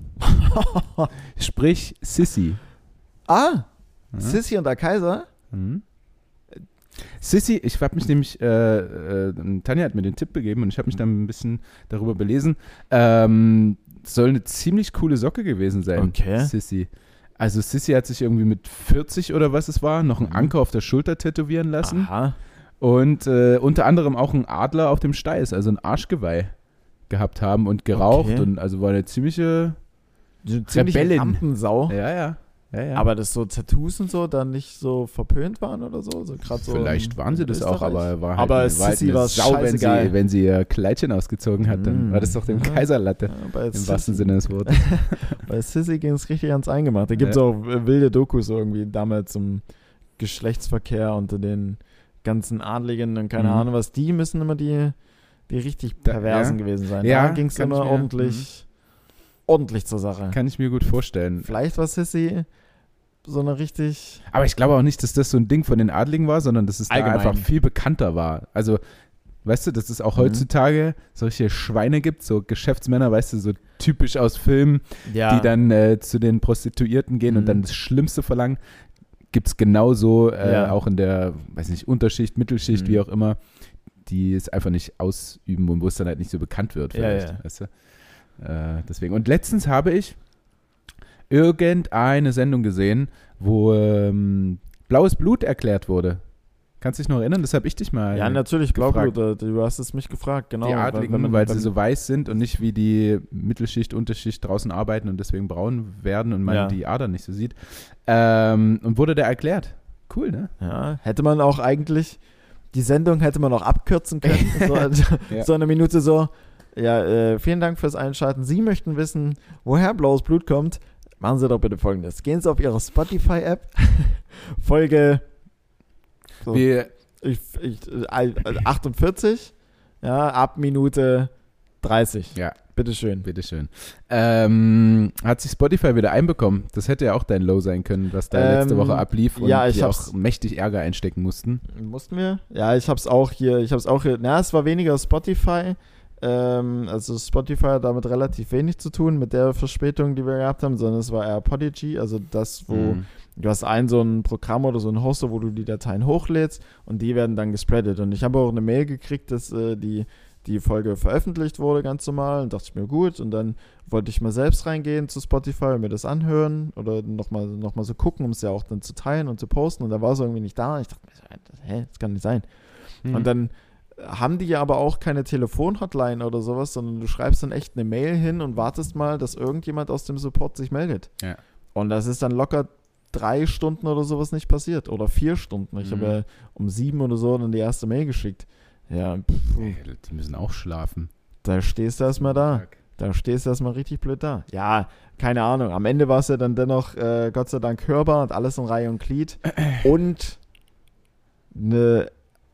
Sprich Sissi. Ah, Ja. Sissi und der Kaiser? Mhm. Sissi, ich habe mich nämlich, äh, äh, Tanja hat mir den Tipp gegeben und ich habe mich dann ein bisschen darüber belesen. Ähm, soll eine ziemlich coole Socke gewesen sein. Okay. Sissi. Also Sissi hat sich irgendwie mit vierzig oder was es war, noch einen Mhm. Anker auf der Schulter tätowieren lassen Aha. und äh, unter anderem auch einen Adler auf dem Steiß, also ein Arschgeweih gehabt haben und geraucht Okay. und also war eine ziemliche, So ziemlich Rebellin. Rampensau. ja, ja, ja, ja. Aber dass so Tattoos und so dann nicht so verpönt waren oder so? so, grad so Vielleicht in- waren sie in das auch, Österreich? aber war halt Aber eine, war halt Sissi eine war Sau, wenn sie, scheißegal. wenn sie ihr Kleidchen ausgezogen hat, dann Mm. war das doch dem Aha. Kaiserlatte, Ja, bei im Sissi- wahrsten Sinne des Wortes. Bei Sissy ging es richtig ans Eingemachte. Da gibt es Ja. auch äh, wilde Dokus irgendwie damals zum Geschlechtsverkehr unter den ganzen Adligen und keine Mhm. Ahnung was. Die müssen immer die, die richtig Da- perversen ja. gewesen sein. Ja, da ging es kann ich immer mir- ordentlich, ordentlich zur Sache. Kann ich mir gut vorstellen. Vielleicht war Sissy so eine richtig... Aber ich glaube auch nicht, dass das so ein Ding von den Adligen war, sondern dass es Allgemein. da einfach viel bekannter war. Also, weißt du, dass es auch Mhm. heutzutage solche Schweine gibt, so Geschäftsmänner, weißt du, so typisch aus Filmen, Ja, die dann äh, zu den Prostituierten gehen Mhm. und dann das Schlimmste verlangen. Gibt es genauso äh, Ja. auch in der, weiß nicht, Unterschicht, Mittelschicht, Mhm. wie auch immer, die es einfach nicht ausüben und wo es dann halt nicht so bekannt wird. Ja, Vielleicht, ja. Weißt du? äh, deswegen. Und letztens habe ich irgendeine Sendung gesehen, wo ähm, blaues Blut erklärt wurde. Kannst du dich noch erinnern? Das habe ich dich mal. ja, natürlich, gefragt. Blaublut. äh, Du hast es mich gefragt, genau. die weil- Adligen, wenn man- weil wenn- sie so weiß sind und nicht wie die Mittelschicht, Unterschicht draußen arbeiten und deswegen braun werden und man Ja. die Adern nicht so sieht. Ähm, und wurde da erklärt. Cool, ne? Ja, hätte man auch eigentlich, die Sendung hätte man auch abkürzen können. so, Ja. so eine Minute so, ja, äh, vielen Dank fürs Einschalten. Sie möchten wissen, woher blaues Blut kommt. Machen Sie doch bitte Folgendes. Gehen Sie auf Ihre Spotify-App, Folge so, Wir, ich, ich, äh, achtundvierzig, ja, ab Minute dreißig. ja, Bitteschön. bitteschön. Ähm, hat sich Spotify wieder einbekommen? Das hätte ja auch dein Low sein können, was da letzte Ähm, Woche ablief und ja, ich die hab's- auch mächtig Ärger einstecken mussten. Mussten wir? Ja, ich hab's auch hier, ich hab's auch hier, na, es war weniger Spotify, ähm, also Spotify hat damit relativ wenig zu tun mit der Verspätung, die wir gehabt haben, sondern es war eher Podigy, also das, wo Mhm. du hast ein so ein Programm oder so ein Hoster, wo du die Dateien hochlädst und die werden dann gespreadet und ich habe auch eine Mail gekriegt, dass äh, die die Folge veröffentlicht wurde, ganz normal, und dachte ich mir, gut, und dann wollte ich mal selbst reingehen zu Spotify und mir das anhören oder nochmal noch mal so gucken, um es ja auch dann zu teilen und zu posten und da war es irgendwie nicht da. Ich dachte mir, hä, das kann nicht sein. Mhm. Und dann haben die ja aber auch keine Telefon-Hotline oder sowas, sondern du schreibst dann echt eine Mail hin und wartest mal, dass irgendjemand aus dem Support sich meldet. Ja. Und das ist dann locker drei Stunden oder sowas nicht passiert. Oder vier Stunden. Ich Mhm. habe ja um sieben oder so dann die erste Mail geschickt. Ja, pff, Ey, die müssen auch schlafen. da stehst du erstmal da. Da stehst du erstmal richtig blöd da. Ja, keine Ahnung. Am Ende war es ja dann dennoch äh, Gott sei Dank hörbar und alles in Reihe und Glied. Und eine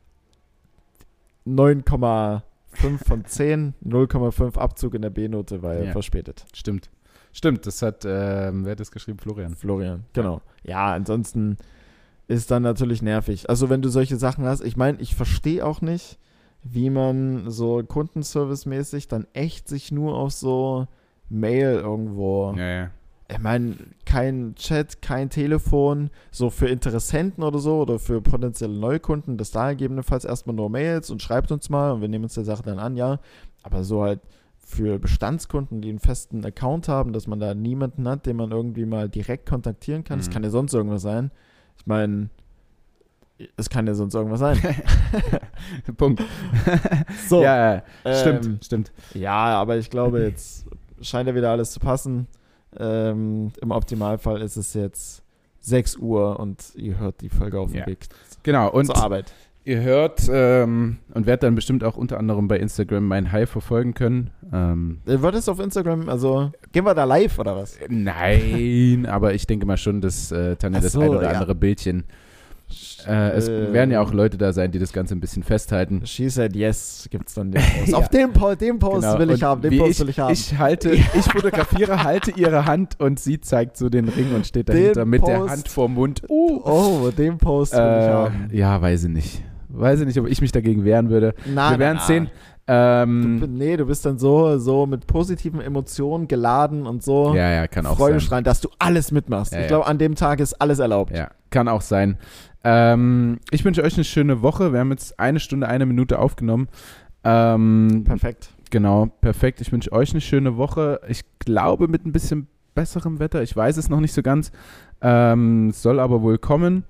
neun Komma fünf von zehn, null Komma fünf Abzug in der B-Note, weil Ja. verspätet. Stimmt. Stimmt, das hat, ähm, wer hat das geschrieben? Florian. Florian, genau. Ja, ansonsten ist dann natürlich nervig. Also wenn du solche Sachen hast, ich meine, ich verstehe auch nicht, wie man so Kundenservice-mäßig dann echt sich nur auf so Mail irgendwo, Ja, ja. ich meine, kein Chat, kein Telefon, so für Interessenten oder so oder für potenzielle Neukunden, das da gegebenenfalls erstmal nur Mails und schreibt uns mal und wir nehmen uns der Sache dann an, ja, aber so halt für Bestandskunden, die einen festen Account haben, dass man da niemanden hat, den man irgendwie mal direkt kontaktieren kann, das Mhm. kann ja sonst irgendwas sein. Ich meine, es kann ja sonst irgendwas sein. Punkt. So, Ja, ja, stimmt, ähm, stimmt. Ja, aber ich glaube, jetzt scheint ja wieder alles zu passen. Ähm, Im Optimalfall ist es jetzt sechs Uhr und ihr hört die Folge auf dem Ja. Weg Genau, und zur Arbeit. ihr hört ähm, und werdet dann bestimmt auch unter anderem bei Instagram mein High verfolgen können. Ähm, Äh, Wird es auf Instagram, also gehen wir da live oder was? nein, aber ich denke mal schon, dass äh, Tanja Ach das so, ein oder ja. andere Bildchen, äh, es Äh, werden ja auch Leute da sein, die das Ganze ein bisschen festhalten. She said yes, gibt's dann den Post. Ja. Auf dem, Po- den Post Genau. will ich Und haben, den wie Post ich, will ich haben. Ich halte, ich fotografiere, halte ihre Hand und sie zeigt so den Ring und steht dahinter Den mit der Post. Hand vorm Mund. oh, oh, den Post will ich Äh, haben. ja, weiß ich nicht. Weiß ich nicht, ob ich mich dagegen wehren würde. Na, Wir werden na, es sehen. na. Ähm, Du, nee, du bist dann so, so mit positiven Emotionen geladen und so ja, ja, kann auch sein. freudestrahlend, dass du alles mitmachst. Ja, ich ja. glaube, an dem Tag ist alles erlaubt. Ja, kann auch sein. Ähm, ich wünsche euch eine schöne Woche. Wir haben jetzt eine Stunde, eine Minute aufgenommen. Ähm, Perfekt. genau, perfekt. Ich wünsche euch eine schöne Woche. Ich glaube mit ein bisschen besserem Wetter. Ich weiß es noch nicht so ganz. Ähm, soll aber wohl kommen.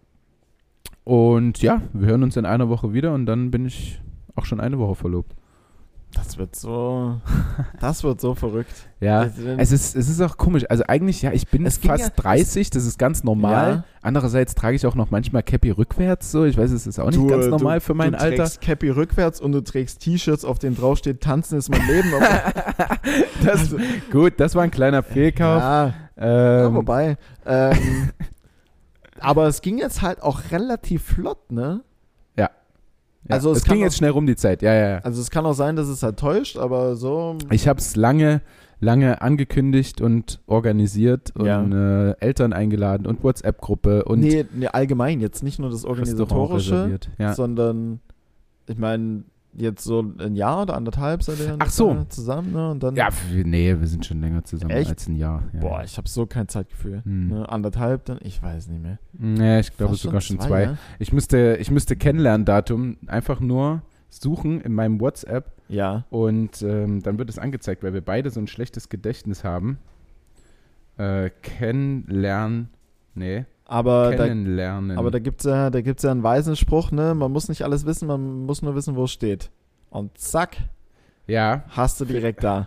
Und ja, wir hören uns in einer Woche wieder und dann bin ich auch schon eine Woche verlobt. Das wird so, das wird so verrückt. Ja, Also, wenn- es ist, es ist auch komisch. Also eigentlich, ja, ich bin Es ging fast ja- dreißig, das ist ganz normal. Ja. Andererseits trage ich auch noch manchmal Cappy rückwärts. So, ich weiß, es ist auch nicht Du, ganz äh, normal du, für mein du Alter. Du trägst Cappy rückwärts und du trägst T-Shirts, auf denen draufsteht, tanzen ist mein Leben. Aber, Das, gut, das war ein kleiner Fehlkauf. ja, ja, Ähm, wobei. Ähm, aber es ging jetzt halt auch relativ flott, ne? ja, also es es kann ging auch- jetzt schnell rum die Zeit. Ja, ja, ja. Also es kann auch sein, dass es halt täuscht, aber so. Ich habe es lange, lange angekündigt und organisiert und Ja. äh, Eltern eingeladen und WhatsApp-Gruppe und nee, nee, allgemein jetzt nicht nur das Restaurant Organisatorische, reserviert. Ja. sondern ich meine, jetzt so ein Jahr oder anderthalb seid ihr Ach so. da zusammen, ne? Und dann, Ja, f- nee, wir sind schon länger zusammen Echt? als ein Jahr. Ja. boah, ich habe so kein Zeitgefühl. Hm. Ne? Anderthalb dann, ich weiß nicht mehr. Nee, ich glaube Fast sogar schon zwei. ja? Ich müsste, ich müsste Kennenlerndatum einfach nur suchen in meinem WhatsApp Ja. und ähm, dann wird es angezeigt, weil wir beide so ein schlechtes Gedächtnis haben. Äh, Kennenlernen, nee, Aber da, kennenlernen. aber da gibt es ja, da gibt's ja einen weisen Spruch, ne? Man muss nicht alles wissen, man muss nur wissen, wo es steht. Und zack, ja, hast du direkt da.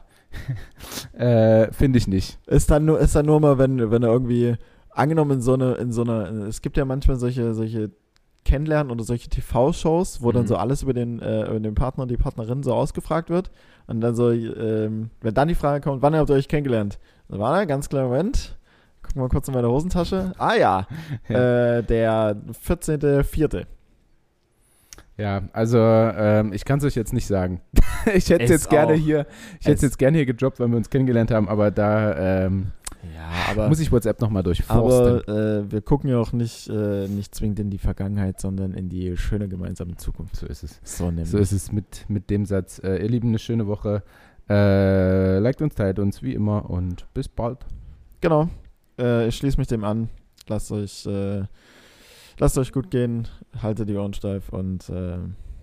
äh, finde ich nicht. Ist dann nur, ist dann nur mal, wenn, wenn er irgendwie, angenommen in so eine, in so eine, es gibt ja manchmal solche, solche Kennenlernen oder solche T V-Shows, wo dann Mhm. so alles über den, äh, über den Partner und die Partnerin so ausgefragt wird. Und dann so, ähm, wenn dann die Frage kommt, wann habt ihr euch kennengelernt? Dann war da, ganz kleiner Moment. Gucken wir kurz in meine Hosentasche. Ah ja, Ja. Äh, der vierzehnter vierte Ja, also ähm, ich kann es euch jetzt nicht sagen. ich hätte es Es jetzt gerne auch. hier, ich hätte Es- es jetzt gerne hier gedroppt, weil wir uns kennengelernt haben, aber da ähm, Ja, aber, muss ich WhatsApp nochmal durchforsten. aber äh, wir gucken ja auch nicht, äh, nicht zwingend in die Vergangenheit, sondern in die schöne gemeinsame Zukunft. So ist es. So nämlich. So ist es mit, mit dem Satz. Äh, ihr Lieben, eine schöne Woche. Äh, liked uns, teilt uns, wie immer und bis bald. Genau. Äh, ich schließe mich dem an. Lasst euch, äh, lasst euch gut gehen. Haltet die Ohren steif und äh,